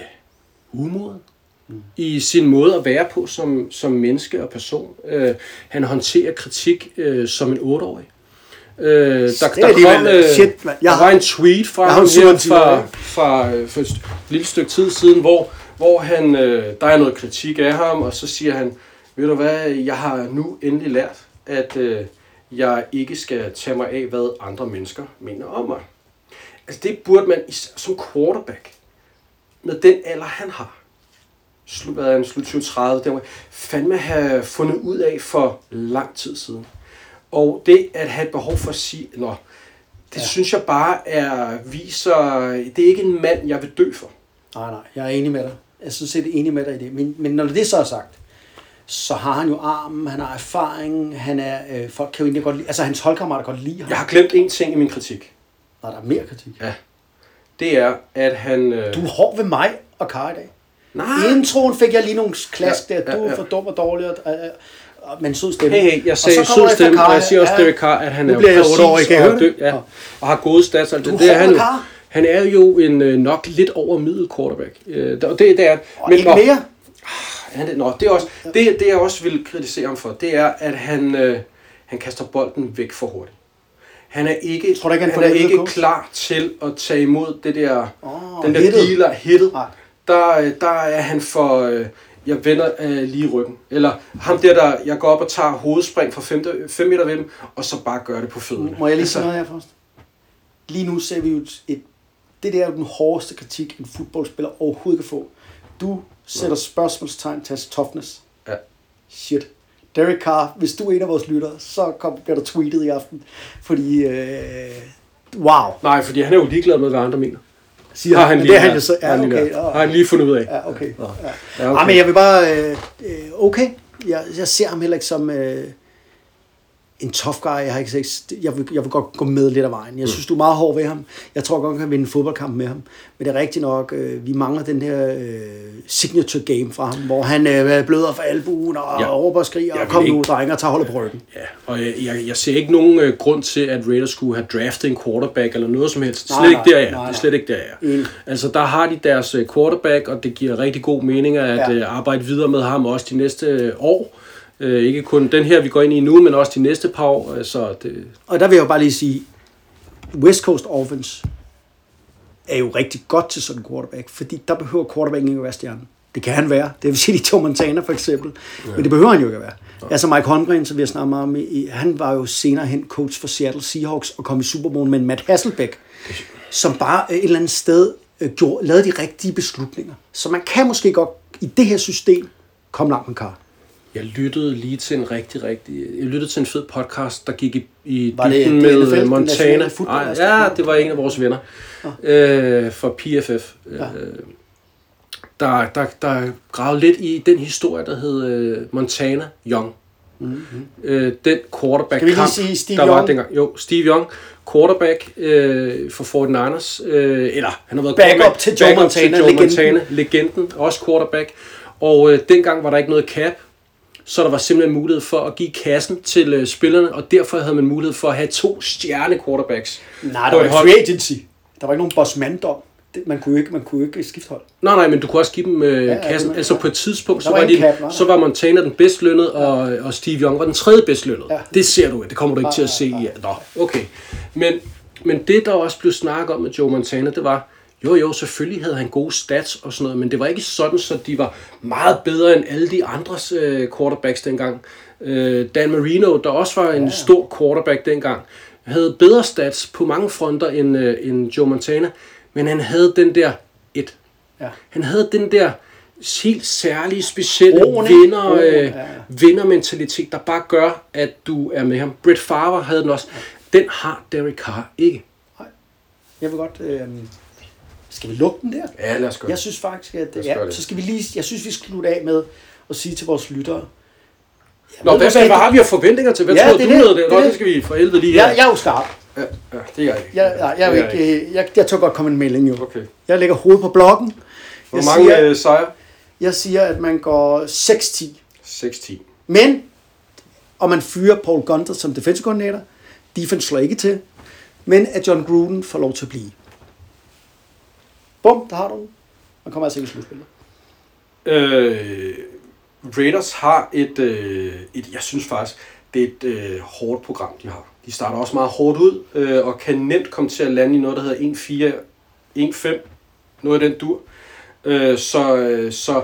Speaker 3: umoden mm. i sin måde at være på som, som menneske og person. Øh, han håndterer kritik øh, som en otteårig. Øh, der, der, kom, øh,
Speaker 4: shit, man. Jeg
Speaker 3: der var en tweet fra ham her fra, fra, øh, for et lille stykke tid siden, hvor, hvor han, øh, der er noget kritik af ham, og så siger han, ved du hvad, jeg har nu endelig lært, at øh, jeg ikke skal tage mig af, hvad andre mennesker mener om mig. Altså det burde man som quarterback, med den alder han har, slut, hvad er han, slut tyve tredive, der må fandme have fundet ud af for lang tid siden. Og det at have et behov for at sige, nå, det ja. synes jeg bare er, viser, det er ikke en mand, jeg vil dø for.
Speaker 4: Nej, nej, jeg er enig med dig. Jeg synes, jeg er enig med dig i det. Men, men når det så er sagt, så har han jo armen, han har erfaring, han er, øh, folk kan jo egentlig godt lide, altså hans holdkammerater godt lide ham.
Speaker 3: Jeg har glemt en ting i min kritik.
Speaker 4: Nej, der er mere kritik.
Speaker 3: Ja. Det er, at han... Øh...
Speaker 4: Du er hård ved mig og Kar i dag.
Speaker 3: Nej.
Speaker 4: I introen fik jeg lige nogle klask
Speaker 3: Ja,
Speaker 4: der, du
Speaker 3: ja,
Speaker 4: er
Speaker 3: ja.
Speaker 4: for dum og dårlig, og, øh, øh, men sød stemme.
Speaker 3: Hey, hey, jeg sagde
Speaker 4: Og så kommer
Speaker 3: sød
Speaker 4: efter
Speaker 3: stemme,
Speaker 4: Carr,
Speaker 3: og jeg siger også
Speaker 4: ja,
Speaker 3: Derek Carr, at han
Speaker 4: nu
Speaker 3: er
Speaker 4: bliver jeg
Speaker 3: præcis
Speaker 4: otte år, kan I
Speaker 3: og,
Speaker 4: høre
Speaker 3: dø,
Speaker 4: det?
Speaker 3: ja, og har gode stats.
Speaker 4: Du
Speaker 3: Det,
Speaker 4: er
Speaker 3: det er
Speaker 4: hård
Speaker 3: han
Speaker 4: med
Speaker 3: jo.
Speaker 4: Carr.
Speaker 3: Han er jo en øh, nok lidt over middel quarterback. Øh, og det, det er,
Speaker 4: Og ikke
Speaker 3: nå,
Speaker 4: mere.
Speaker 3: Han, nå, det er også det, det jeg også vil kritisere ham for, det er at han øh, han kaster bolden væk for hurtigt. Han er ikke,
Speaker 4: Tror du ikke, han
Speaker 3: han
Speaker 4: får
Speaker 3: er
Speaker 4: det
Speaker 3: ikke
Speaker 4: coach?
Speaker 3: klar til at tage imod det der
Speaker 4: Oh,
Speaker 3: den der
Speaker 4: hittet.
Speaker 3: dealer hittet.
Speaker 4: Nej.
Speaker 3: Der øh, der er han for øh, jeg vender øh, lige ryggen. Eller ham der der jeg går op og tager hovedspring fra fem meter ved dem og så bare gør det på fødderne.
Speaker 4: Må jeg lige
Speaker 3: altså,
Speaker 4: sige noget her først? Lige nu ser vi jo et, et det der er den hårdeste kritik, en fodboldspiller overhovedet kan få. Du sætter spørgsmålstegn til hans toughness.
Speaker 3: Ja.
Speaker 4: Shit. Derek Carr, hvis du er en af vores lyttere, så kom, bliver der tweetet i aften. Fordi, øh, wow.
Speaker 3: Nej, fordi han er jo ligeglad med, hvad andre mener.
Speaker 4: Siger
Speaker 3: Har han
Speaker 4: men
Speaker 3: lige
Speaker 4: det er han
Speaker 3: lært.
Speaker 4: jo så. Ja,
Speaker 3: Har han lige
Speaker 4: okay.
Speaker 3: lært. Har han lige fundet ud af.
Speaker 4: Ja, okay.
Speaker 3: Ja.
Speaker 4: Ja.
Speaker 3: Ja, okay.
Speaker 4: Ah, men jeg vil bare, øh, øh, okay. Jeg, jeg ser ham heller ikke som øh, en tough guy. Jeg, har ikke set, jeg, vil, jeg vil godt gå med lidt af vejen. Jeg synes, du er meget hård ved ham. Jeg tror godt, han kan vinde en fodboldkamp med ham. Men det er rigtigt nok, øh, vi mangler den her øh, signature game fra ham, hvor han øh, bløder for albuen og
Speaker 3: Ja.
Speaker 4: råber og skriger,
Speaker 3: Jeg
Speaker 4: og
Speaker 3: vil
Speaker 4: kom
Speaker 3: ikke-
Speaker 4: nu, drenge, og tager holdet på ryggen.
Speaker 3: Ja, og jeg, jeg, jeg ser ikke nogen øh, grund til, at Raiders skulle have draftet en quarterback eller noget som helst.
Speaker 4: Nej,
Speaker 3: Slet ikke
Speaker 4: nej,
Speaker 3: der, jeg er.
Speaker 4: nej,
Speaker 3: Det er
Speaker 4: nej.
Speaker 3: slet ikke der, jeg er.
Speaker 4: Enig.
Speaker 3: Altså, der har de deres øh, quarterback, og det giver rigtig god mening at
Speaker 4: Ja.
Speaker 3: øh, arbejde videre med ham også de næste øh, år. Øh, ikke kun den her, vi går ind i nu, men også de næste par år. Altså, det,
Speaker 4: Og der vil jeg jo bare lige sige, West Coast Offense er jo rigtig godt til sådan en quarterback, fordi der behøver quarterbacken ikke at være stjernen. Det kan han være. Det vil sige, Joe Montana for eksempel. Ja. Men det behøver han jo ikke at være. Ja. Altså Mike Holmgren, som vi har snakket meget om, i- han var jo senere hen coach for Seattle Seahawks og kom i Super Bowl med en Matt Hasselbeck, som bare et eller andet sted øh, gjorde, lavede de rigtige beslutninger. Så man kan måske godt i det her system komme langt med Carr.
Speaker 3: jeg lyttede lige til en rigtig, rigtig... Jeg lyttede til en fed podcast, der gik i, i
Speaker 4: Var det-
Speaker 3: dybden
Speaker 4: det N F L,
Speaker 3: med
Speaker 4: den
Speaker 3: Montana.
Speaker 4: nationale fodbold-
Speaker 3: Ej, ja, det var en af vores venner øh, fra P F F.
Speaker 4: Ja.
Speaker 3: Øh, der, der, der gravede lidt i den historie, der hed øh, Montana Young. Mm-hmm. Øh, den quarterback
Speaker 4: Skal vi lige
Speaker 3: kamp,
Speaker 4: sige Steve
Speaker 3: der var
Speaker 4: Young?
Speaker 3: dengang. Jo, Steve Young, quarterback øh, for forty-niners. Øh, eller han har været
Speaker 4: Backup
Speaker 3: quarterback-
Speaker 4: til Joe
Speaker 3: backup
Speaker 4: Montana,
Speaker 3: til Joe
Speaker 4: legenden.
Speaker 3: Montana, legenden, også quarterback. Og øh, dengang var der ikke noget cap, så der var simpelthen mulighed for at give kassen til øh, spillerne, og derfor havde man mulighed for at have to stjerne quarterbacks.
Speaker 4: Nej,
Speaker 3: på
Speaker 4: der var
Speaker 3: et
Speaker 4: ikke
Speaker 3: hold.
Speaker 4: free agency. Der var ikke nogen bossmanddom. Det- Man kunne jo ikke, man kunne jo ikke skifte hold.
Speaker 3: Nej, nej, men du kunne også give dem øh,
Speaker 4: ja,
Speaker 3: kassen.
Speaker 4: det-
Speaker 3: Altså
Speaker 4: ja.
Speaker 3: på et tidspunkt, så
Speaker 4: Der
Speaker 3: var,
Speaker 4: var
Speaker 3: de,
Speaker 4: ingen cap, nej, nej.
Speaker 3: så var Montana den bedst lønnet, og, og Steve Young var den tredje bedst lønnet.
Speaker 4: Ja.
Speaker 3: Det ser du, det kommer du ikke til at se. Ja. Nå, okay. Men, men det, der også blev snakket om med Joe Montana, det var, Jo, jo, selvfølgelig havde han gode stats og sådan noget, men det var ikke sådan, så de var meget bedre end alle de andres øh, quarterbacks dengang. Øh, Dan Marino, der også var en ja. stor quarterback dengang, havde bedre stats på mange fronter end, øh, end Joe Montana, men han havde den der et. Ja. Han havde den der helt særlige, specielle
Speaker 4: Roen,
Speaker 3: vinder,
Speaker 4: Roen,
Speaker 3: øh,
Speaker 4: ja.
Speaker 3: vindermentalitet, der bare gør, at du er med ham. Brett Favre havde den også. Den har Derek Carr ikke.
Speaker 4: Nej. Jeg vil godt... Øh... Skal vi lukke den der?
Speaker 3: Ja, lad os gøre
Speaker 4: Jeg synes faktisk, at...
Speaker 3: det.
Speaker 4: Ja, så skal vi lige... Jeg synes, vi skal slutte af med at sige til vores lyttere...
Speaker 3: Nå, hvad, skal, hvad har vi af forventninger til? Hvad
Speaker 4: ja,
Speaker 3: tror
Speaker 4: det
Speaker 3: du
Speaker 4: det,
Speaker 3: noget der?
Speaker 4: det,
Speaker 3: Nå,
Speaker 4: det.
Speaker 3: det skal vi for helvede lige her.
Speaker 4: Jeg, jeg er jo skarp.
Speaker 3: Ja, ja, det er jeg ikke.
Speaker 4: Jeg, jeg, jeg,
Speaker 3: Det
Speaker 4: jeg,
Speaker 3: er
Speaker 4: ikke, jeg, jeg tog godt komme en melding jo.
Speaker 3: Okay.
Speaker 4: Jeg lægger hovedet på blokken.
Speaker 3: Hvor
Speaker 4: Jeg
Speaker 3: mange
Speaker 4: siger,
Speaker 3: øh, sejre?
Speaker 4: jeg siger, at man går seks ti.
Speaker 3: seks ti.
Speaker 4: Men, og man fyrer Paul Gunther som defensive coordinator. Defense slår ikke til. Men at John Gruden får lov til at blive. Bum, der har du den. Man kommer altså ikke i slutspillet.
Speaker 3: Øh, Raiders har et, øh, et, jeg synes faktisk, det er et øh, hårdt program, de har. De starter også meget hårdt ud, øh, og kan nemt komme til at lande i noget, der hedder en fire, en fem, noget af den dur. Øh, så, øh, så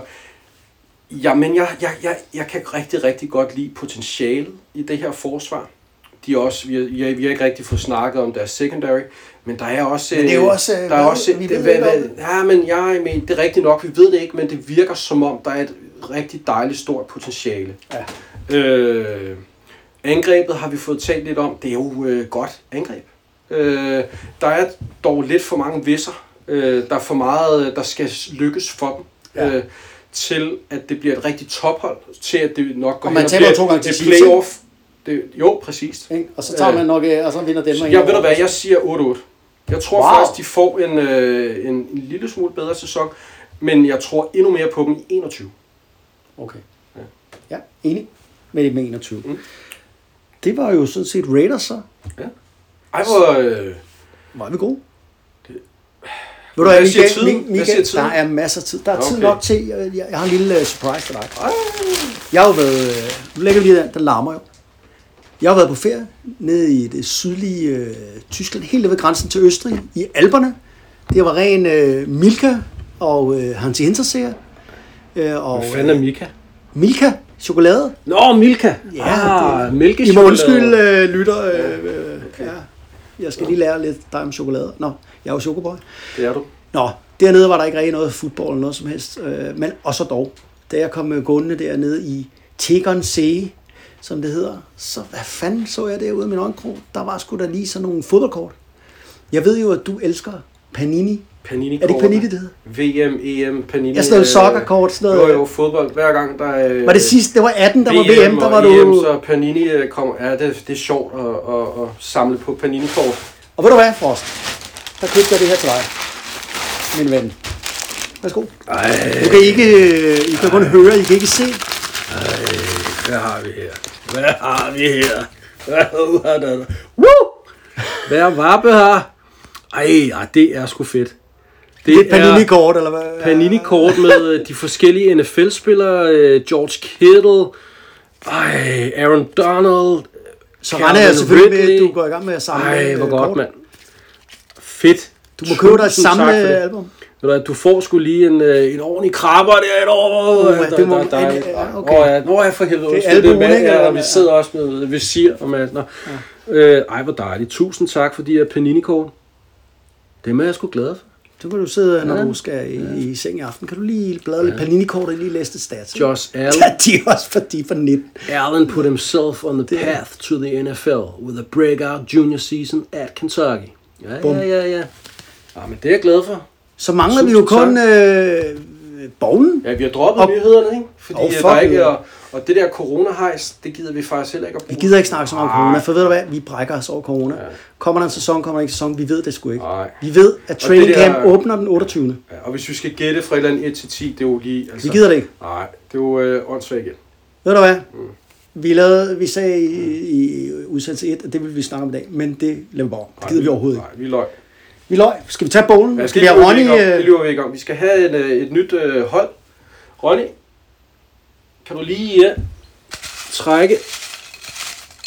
Speaker 3: ja, men jeg, jeg, jeg, jeg kan rigtig, rigtig godt lide potentialet i det her forsvar. De er også, vi, har, vi har ikke rigtig fået snakket om deres secondary, men der er også...
Speaker 4: Men det er jo også...
Speaker 3: Der er
Speaker 4: hvad,
Speaker 3: også
Speaker 4: vi
Speaker 3: det,
Speaker 4: ved
Speaker 3: hvad,
Speaker 4: ikke
Speaker 3: hvad,
Speaker 4: om det.
Speaker 3: ja, men jeg men det er rigtigt nok, vi ved det ikke, men det virker som om, der er et rigtig dejligt stort potentiale.
Speaker 4: Ja.
Speaker 3: Øh, angrebet har vi fået talt lidt om, det er jo øh, godt angreb. Øh, der er dog lidt for mange visser. Øh, der er for meget, der skal lykkes for dem. Ja. Øh, til at det bliver et rigtigt tophold, til at det nok går
Speaker 4: Og man
Speaker 3: hen og
Speaker 4: taber
Speaker 3: bliver
Speaker 4: to gange til
Speaker 3: et
Speaker 4: Chiefs,
Speaker 3: playoff. Det, jo, præcis.
Speaker 4: Ikke? Og så tager man nok, øh, og så vinder Danmark.
Speaker 3: Jeg ved du hvad, jeg siger otte otte. Jeg tror
Speaker 4: Wow.
Speaker 3: faktisk, de får en, øh, en, en lille smule bedre sæson, men jeg tror endnu mere på dem i enogtyve.
Speaker 4: Okay.
Speaker 3: Ja.
Speaker 4: Ja, enig med det med enogtyve.
Speaker 3: Mm.
Speaker 4: Det var jo sådan set Raiders så.
Speaker 3: Ja. Ej, hvor... Øh,
Speaker 4: Var vi gode?
Speaker 3: Det-
Speaker 4: Ved du
Speaker 3: Hvad
Speaker 4: hvad,
Speaker 3: siger
Speaker 4: Michael,
Speaker 3: tiden?
Speaker 4: Mi-
Speaker 3: Hvad
Speaker 4: Michael,
Speaker 3: siger tiden?
Speaker 4: der er masser af tid. Der er tid
Speaker 3: Okay.
Speaker 4: nok til, jeg, jeg, jeg har en lille uh, surprise for dig. Jeg har jo været, øh, nu lægger vi lige den, den larmer jo. Jeg har været på ferie nede i det sydlige øh, Tyskland, helt nede ved grænsen til Østrig, i Alperne. Det var ren øh, Milka og øh, Hansi Hinterseer. Øh, og,
Speaker 3: Hvad fanden er Mika?
Speaker 4: Milka, chokolade.
Speaker 3: Nå, Milka!
Speaker 4: Ja,
Speaker 3: ah,
Speaker 4: det- I må
Speaker 3: mælkechokolade.
Speaker 4: undskylde, øh, lytter. Øh, øh, ja. Jeg skal lige lære lidt dig om chokolade. Nå, jeg er jo chokoboy.
Speaker 3: Det er du.
Speaker 4: Nå, dernede var der ikke rigtig noget fodbold eller noget som helst. Øh, men, og så dog, da jeg kom øh, gående dernede i Tegernsee, som det hedder, så hvad fanden så jeg derude i min øjenkrog? Der var sgu da lige sådan nogle fodboldkort. Jeg ved jo, at du elsker Panini.
Speaker 3: Panini.
Speaker 4: Er det ikke Panini, det hedder?
Speaker 3: V M, E M, Panini.
Speaker 4: Ja, sådan noget
Speaker 3: øh,
Speaker 4: soccerkort, sådan noget.
Speaker 3: Jo, jo, fodbold. Hver gang der er...
Speaker 4: Var det sidste? Det var atten, der var V M, der var
Speaker 3: og
Speaker 4: du...
Speaker 3: E M, så Panini øh, kommer... Ja, det, det er sjovt at, at, at samle på Panini-kort.
Speaker 4: Og ved du hvad, Frost? Der købte jeg det her til dig, min ven. Værsgo.
Speaker 3: Ej,
Speaker 4: Du kan ikke... øh, I kan kun høre, I kan ikke se.
Speaker 3: hvad har vi her? Hvad har vi her? Hvad er der? Woo! Hvad er Vappe her? Ej, ej, det er sgu fedt.
Speaker 4: Det er et Panini-kort, eller hvad?
Speaker 3: Panini-kort med øh, de forskellige N F L-spillere. øh, George Kittle. Ej, Aaron Donald.
Speaker 4: Så regner jeg
Speaker 3: Calvin
Speaker 4: selvfølgelig med,
Speaker 3: Ridley.
Speaker 4: at du går i gang med at samle
Speaker 3: Ej, hvor
Speaker 4: øh,
Speaker 3: godt,
Speaker 4: kort.
Speaker 3: mand. Fedt.
Speaker 4: Du må købe dig et
Speaker 3: Tusind tak for det.
Speaker 4: samlealbum.
Speaker 3: Ved du hvad, du får sgu lige en, øh, en ordentlig krabber derovre.
Speaker 4: Uh,
Speaker 3: Der-
Speaker 4: det må-
Speaker 3: der- der-
Speaker 4: en- ja, okay.
Speaker 3: Åh, ja, Nå, ja, for helvede.
Speaker 4: Det er
Speaker 3: undskyld,
Speaker 4: albuen,
Speaker 3: med,
Speaker 4: ikke?
Speaker 3: ja,
Speaker 4: Eller-
Speaker 3: og vi sidder også med visir og med. Nå. Ja. Øh, ej, hvor dejligt. Tusind tak for de her Panini-kort. Dem er jeg sgu glad for.
Speaker 4: Så kan du sidde, når
Speaker 3: Ja.
Speaker 4: du skal i, i seng i aften. Kan du lige bladre lidt Panini-kort og lige læse det stats?
Speaker 3: Josh Allen.
Speaker 4: Ja, de er også for de er for nitten.
Speaker 3: Allen put himself on the path to the N F L with a breakout junior season at Kentucky. Ja,
Speaker 4: Bum.
Speaker 3: ja, ja, ja. Ja, men det er jeg glad for.
Speaker 4: Så mangler vi jo
Speaker 3: Tusind
Speaker 4: kun øh, Borgen.
Speaker 3: Ja, vi har droppet
Speaker 4: Og-
Speaker 3: nyhederne, ikke? Fordi
Speaker 4: Oh,
Speaker 3: oh,
Speaker 4: fuck
Speaker 3: der er ikke,
Speaker 4: yeah.
Speaker 3: og, og det der corona-hejs, det gider vi faktisk heller ikke at
Speaker 4: Vi
Speaker 3: bruge.
Speaker 4: gider ikke snakke så meget om corona,
Speaker 3: Nej.
Speaker 4: for ved du hvad? Vi brækker os over corona.
Speaker 3: Ja.
Speaker 4: Kommer der en sæson, kommer der ikke en sæson? Vi ved det sgu ikke.
Speaker 3: Nej.
Speaker 4: Vi ved, at training
Speaker 3: det der-
Speaker 4: camp åbner den otteogtyvende.
Speaker 3: Ja, og hvis vi skal gætte fra et eller andet et til ti, det er jo lige... Altså,
Speaker 4: Vi gider det ikke.
Speaker 3: Nej, det er jo øh, åndssvagt igen.
Speaker 4: Ved du hvad? Vi, lavede, vi sagde i, i udsendelse et, at det ville vi snakke om i dag, men det lader vi bare. Det gider vi overhovedet ikke.
Speaker 3: Nej, vi løg.
Speaker 4: Vi løg. Skal vi tage bowlen?
Speaker 3: Ja,
Speaker 4: skal
Speaker 3: det
Speaker 4: vi have
Speaker 3: løber
Speaker 4: Ronny?
Speaker 3: ikke om.
Speaker 4: øh,
Speaker 3: Det løber vi ikke om. Vi skal have en, øh, et nyt øh, hold. Ronny, kan du lige ja, trække...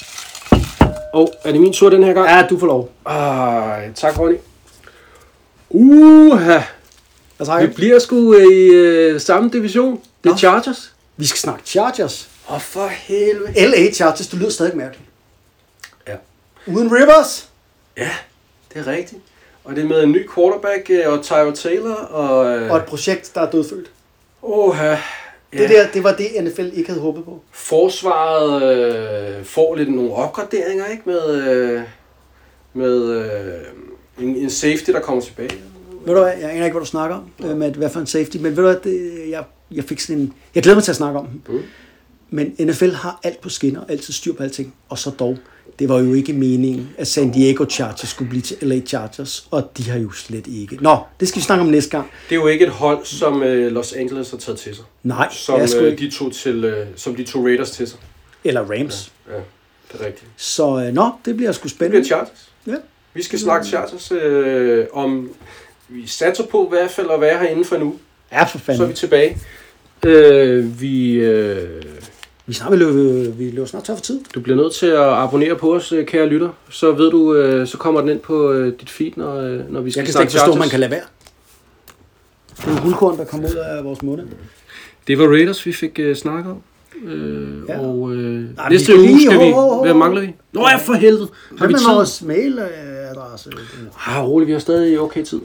Speaker 3: Åh, oh, er det min tur den her gang?
Speaker 4: Ja, du får lov.
Speaker 3: Ej, tak Ronny. Uha!
Speaker 4: Hvad snakker
Speaker 3: Vi
Speaker 4: vi?
Speaker 3: bliver sgu i øh, samme division. Det er
Speaker 4: Nå.
Speaker 3: Chargers.
Speaker 4: Vi skal snakke Chargers.
Speaker 3: Åh, oh, for helvede.
Speaker 4: L A Chargers, du lyder stadig mærkeligt.
Speaker 3: Ja.
Speaker 4: Uden Rivers.
Speaker 3: Ja, det er rigtigt. Og det er med en ny quarterback øh, og Tyrod Taylor og... Øh,
Speaker 4: Og et projekt, der er dødfødt.
Speaker 3: Oha. Ja.
Speaker 4: Det der, det var det, N F L ikke havde håbet på.
Speaker 3: Forsvaret øh, får lidt nogle opgraderinger, ikke? Med, øh, med øh, en, en safety, der kommer tilbage.
Speaker 4: Ved du hvad, jeg aner ikke, hvad du snakker om, øh, med hvad for en safety, men ved du hvad, det, jeg, jeg fik sådan en... Jeg glæder mig til at snakke om den.
Speaker 3: Mm.
Speaker 4: Men N F L har alt på skinner, altid styr på alting, og så dog. Det var jo ikke meningen, at San Diego Chargers skulle blive til L A Chargers, og de har jo slet ikke. Nå, det skal vi snakke om næste gang.
Speaker 3: Det er jo ikke et hold, som øh, Los Angeles har taget til sig.
Speaker 4: Nej,
Speaker 3: Som,
Speaker 4: jeg sgu
Speaker 3: øh,
Speaker 4: ikke.
Speaker 3: de tog til, øh, som de tog Raiders til sig.
Speaker 4: Eller Rams.
Speaker 3: Ja, det er rigtigt.
Speaker 4: Så øh, nå, det bliver sgu
Speaker 3: Det
Speaker 4: spændende.
Speaker 3: bliver Chargers.
Speaker 4: Ja.
Speaker 3: Vi skal snakke Chargers øh, om... Vi satser på i hvert fald at være her inden for en uge.
Speaker 4: Ja, for
Speaker 3: Så er vi
Speaker 4: fanden.
Speaker 3: tilbage. Øh, vi... Øh,
Speaker 4: Vi, snart, vi, løber, vi løber snart tør for tid.
Speaker 3: Du bliver nødt til at abonnere på os, øh, kære lytter. Så ved du, øh, så kommer den ind på øh, dit feed, når, øh, når vi skal
Speaker 4: Jeg kan slet
Speaker 3: snakke
Speaker 4: ikke forstå, at
Speaker 3: Chargers.
Speaker 4: man kan lade være. Det er en guldkorn, der kommer ud af vores måned.
Speaker 3: Det var Raiders, vi fik øh, snakket om. Øh,
Speaker 4: Ja.
Speaker 3: Og øh,
Speaker 4: Nej,
Speaker 3: næste
Speaker 4: vi skal
Speaker 3: uge
Speaker 4: lige-
Speaker 3: skal vi...
Speaker 4: Hov, hov, hov.
Speaker 3: Hvad mangler vi? Nå ja, for helvede. Har
Speaker 4: Hvad
Speaker 3: vi
Speaker 4: med
Speaker 3: tid?
Speaker 4: vores mailadresse?
Speaker 3: Ah, roligt, vi har stadig okay tid.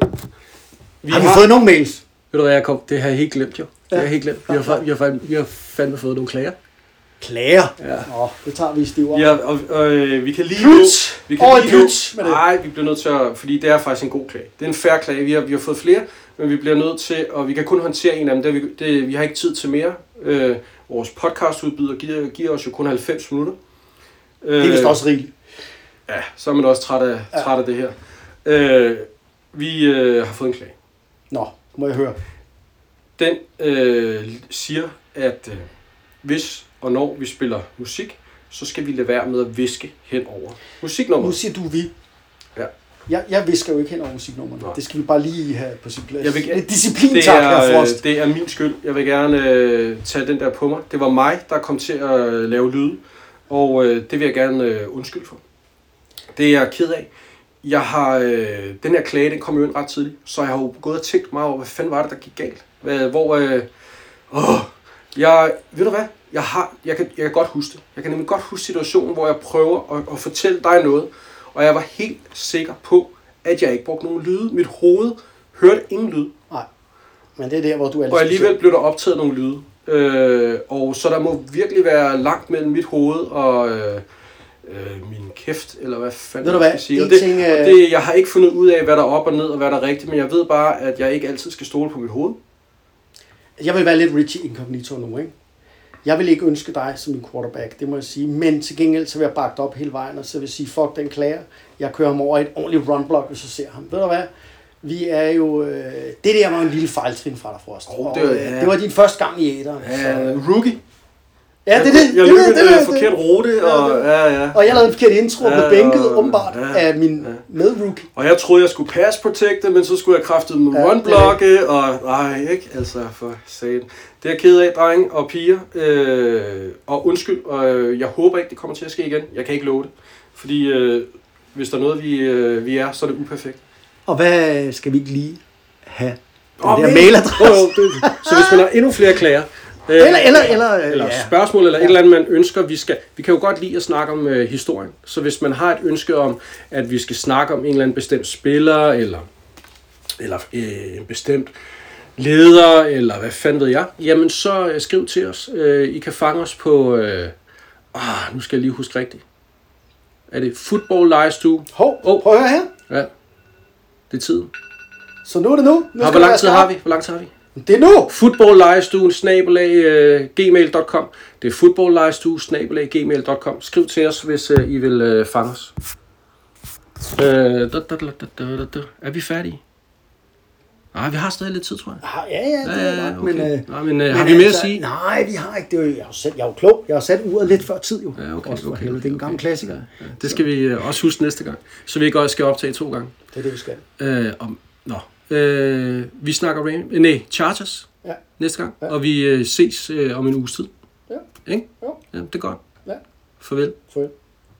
Speaker 3: Vi
Speaker 4: Har vi fået nogle mails?
Speaker 3: Ved du hvad, jeg kom? Det har jeg helt glemt, jo. Det
Speaker 4: Ja.
Speaker 3: har jeg helt glemt. Vi har, fa- vi, har, fa- vi har fandme fået nogle klager.
Speaker 4: Klager?
Speaker 3: Ja.
Speaker 4: Nå, det tager vi i stiv
Speaker 3: Ja, og, og øh, vi kan lige
Speaker 4: Pyt!
Speaker 3: vi kan
Speaker 4: Over
Speaker 3: lige
Speaker 4: i
Speaker 3: nå-
Speaker 4: pyt med det.
Speaker 3: Nej, vi bliver nødt til at, fordi det er faktisk en god klage. Det er en fair klage. Vi har, vi har fået flere, men vi bliver nødt til, og vi kan kun håndtere en af dem. Det, er vi, det, vi har ikke tid til mere. Øh, vores podcastudbyder giver, giver os jo kun halvfems minutter. Øh,
Speaker 4: Det er vist også rigeligt.
Speaker 3: Ja, så er man også træt af,
Speaker 4: Ja.
Speaker 3: træt af det her. Øh, vi øh, har fået en klage.
Speaker 4: Nå, må jeg høre.
Speaker 3: Den øh, siger, at øh, hvis og når vi spiller musik, så skal vi lade være med at viske hen over musiknummeret.
Speaker 4: Nu siger du vi.
Speaker 3: Ja.
Speaker 4: Jeg, jeg visker jo ikke hen over musiknummerne.
Speaker 3: Nej.
Speaker 4: Det skal vi bare lige have på sin plads.
Speaker 3: Jeg vil,
Speaker 4: Lidt disciplin,
Speaker 3: det,
Speaker 4: tak,
Speaker 3: er,
Speaker 4: herr
Speaker 3: øh,
Speaker 4: Frost.
Speaker 3: det er min skyld. Jeg vil gerne øh, tage den der på mig. Det var mig, der kom til at øh, lave lyde, og øh, det vil jeg gerne øh, undskylde for. Det er jeg ked af. Jeg har, øh, den her klage, den kom jo ind ret tidligt, så jeg har jo gået og tænkt meget over, hvad fanden var det, der gik galt? Hvad, hvor, øh, åh, jeg, ved du hvad? Jeg, har, jeg, kan, jeg kan godt huske det. Jeg kan nemlig godt huske situationen, hvor jeg prøver at, at fortælle dig noget, og jeg var helt sikker på, at jeg ikke brugte nogen lyde. Mit hoved hørte ingen lyd,
Speaker 4: Nej, men det er der, hvor du er lidt
Speaker 3: og alligevel blev der optaget nogle lyde. Øh, og så der må virkelig være langt mellem mit hoved og øh, øh, min kæft, eller hvad fanden
Speaker 4: Ved du hvad?
Speaker 3: jeg skal sige. Og
Speaker 4: En
Speaker 3: det,
Speaker 4: ting,
Speaker 3: og
Speaker 4: øh,
Speaker 3: det, jeg har ikke fundet ud af, hvad der er op og ned, og hvad der er rigtigt, men jeg ved bare, at jeg ikke altid skal stole på mit hoved.
Speaker 4: Jeg vil være lidt Richie Incognito nu, ikke? Jeg vil ikke ønske dig som en quarterback, det må jeg sige. Men til gengæld så vil jeg bakke dig op hele vejen, og så vil jeg sige, fuck den klager. Jeg kører ham over et ordentligt runblock, hvis jeg ser ham. Ved du hvad? Vi er jo... Øh, det der var en lille fejltrin fra dig, Frost.
Speaker 3: Oh,
Speaker 4: Og,
Speaker 3: det var-
Speaker 4: øh,
Speaker 3: ja.
Speaker 4: det var din første gang i æderen.
Speaker 3: Ja, rookie.
Speaker 4: Ja, det er det.
Speaker 3: Jeg
Speaker 4: det,
Speaker 3: løb
Speaker 4: er det,
Speaker 3: en
Speaker 4: det, er
Speaker 3: øh,
Speaker 4: det.
Speaker 3: forkert rute, og ja, ja.
Speaker 4: Og jeg lavede en forkert intro og
Speaker 3: Ja,
Speaker 4: blev bænket,
Speaker 3: og-
Speaker 4: åbenbart,
Speaker 3: ja,
Speaker 4: af min
Speaker 3: ja.
Speaker 4: medrookie.
Speaker 3: Og jeg troede, jeg skulle pass protecte, men så skulle jeg kraftigt med
Speaker 4: Ja,
Speaker 3: runblocke, og nej, ikke? Altså, for satan. Det er jeg ked af, drenge og piger. Øh, og undskyld, og øh, jeg håber ikke, det kommer til at ske igen. Jeg kan ikke love det. Fordi øh, hvis der er noget, vi, øh, vi er, så er det uperfekt.
Speaker 4: Og hvad skal vi ikke lige have? Den
Speaker 3: Åh,
Speaker 4: der
Speaker 3: mail.
Speaker 4: mailadresse.
Speaker 3: Oh, det, så hvis man har endnu flere klager, øh,
Speaker 4: Eller, eller, eller,
Speaker 3: eller
Speaker 4: ja.
Speaker 3: spørgsmål, eller
Speaker 4: Ja.
Speaker 3: et eller andet, man ønsker, vi skal... Vi kan jo godt lide at snakke om øh, historien. Så hvis man har et ønske om, at vi skal snakke om en eller anden bestemt spiller, eller, eller øh, en bestemt leder, eller hvad fanden ved jeg, jamen så øh, skriv til os. Øh, I kan fange os på... Øh, ah, nu skal jeg lige huske rigtigt. Er det Football Livestue?
Speaker 4: Hov,
Speaker 3: Åh.
Speaker 4: prøv at høre her.
Speaker 3: Ja, det er tiden.
Speaker 4: Så nu er det nu. nu
Speaker 3: Har,
Speaker 4: skal
Speaker 3: hvor
Speaker 4: det
Speaker 3: lang
Speaker 4: være
Speaker 3: tid
Speaker 4: skarpt.
Speaker 3: har vi? Hvor lang tid har vi?
Speaker 4: Det er nu.
Speaker 3: footballlejestuen snabelag gmail punktum com. Det er footballlejestue snabelag gmail punktum com. Skriv til os, hvis uh, I vil uh, fange os. Uh, da, da, da, da, da, da. Er vi færdige? Nej, vi har stadig lidt tid, tror jeg.
Speaker 4: Ah, ja, ja, det er
Speaker 3: Ja,
Speaker 4: nok,
Speaker 3: okay.
Speaker 4: men... Øh,
Speaker 3: Nej, men, uh, har vi mere at sige?
Speaker 4: Nej, vi har ikke. Det er jo, jeg, er jo selv, jeg er jo klog. Jeg har sat uret lidt før tid, jo.
Speaker 3: Ja, okay,
Speaker 4: Også for
Speaker 3: okay,
Speaker 4: helvede, det er en gammel
Speaker 3: okay.
Speaker 4: klassiker.
Speaker 3: Ja, ja. Det skal vi uh, også huske næste gang. Så vi ikke også skal optage to gange.
Speaker 4: Det er det, vi skal.
Speaker 3: Uh, om, nå. Uh, vi snakker Ram- nej, Chargers
Speaker 4: Ja.
Speaker 3: næste gang.
Speaker 4: Ja.
Speaker 3: Og vi uh, ses uh, om en uges tid.
Speaker 4: Ja.
Speaker 3: Ikke?
Speaker 4: Jo.
Speaker 3: Ja, det er godt.
Speaker 4: Ja.
Speaker 3: Farvel.
Speaker 4: Farvel.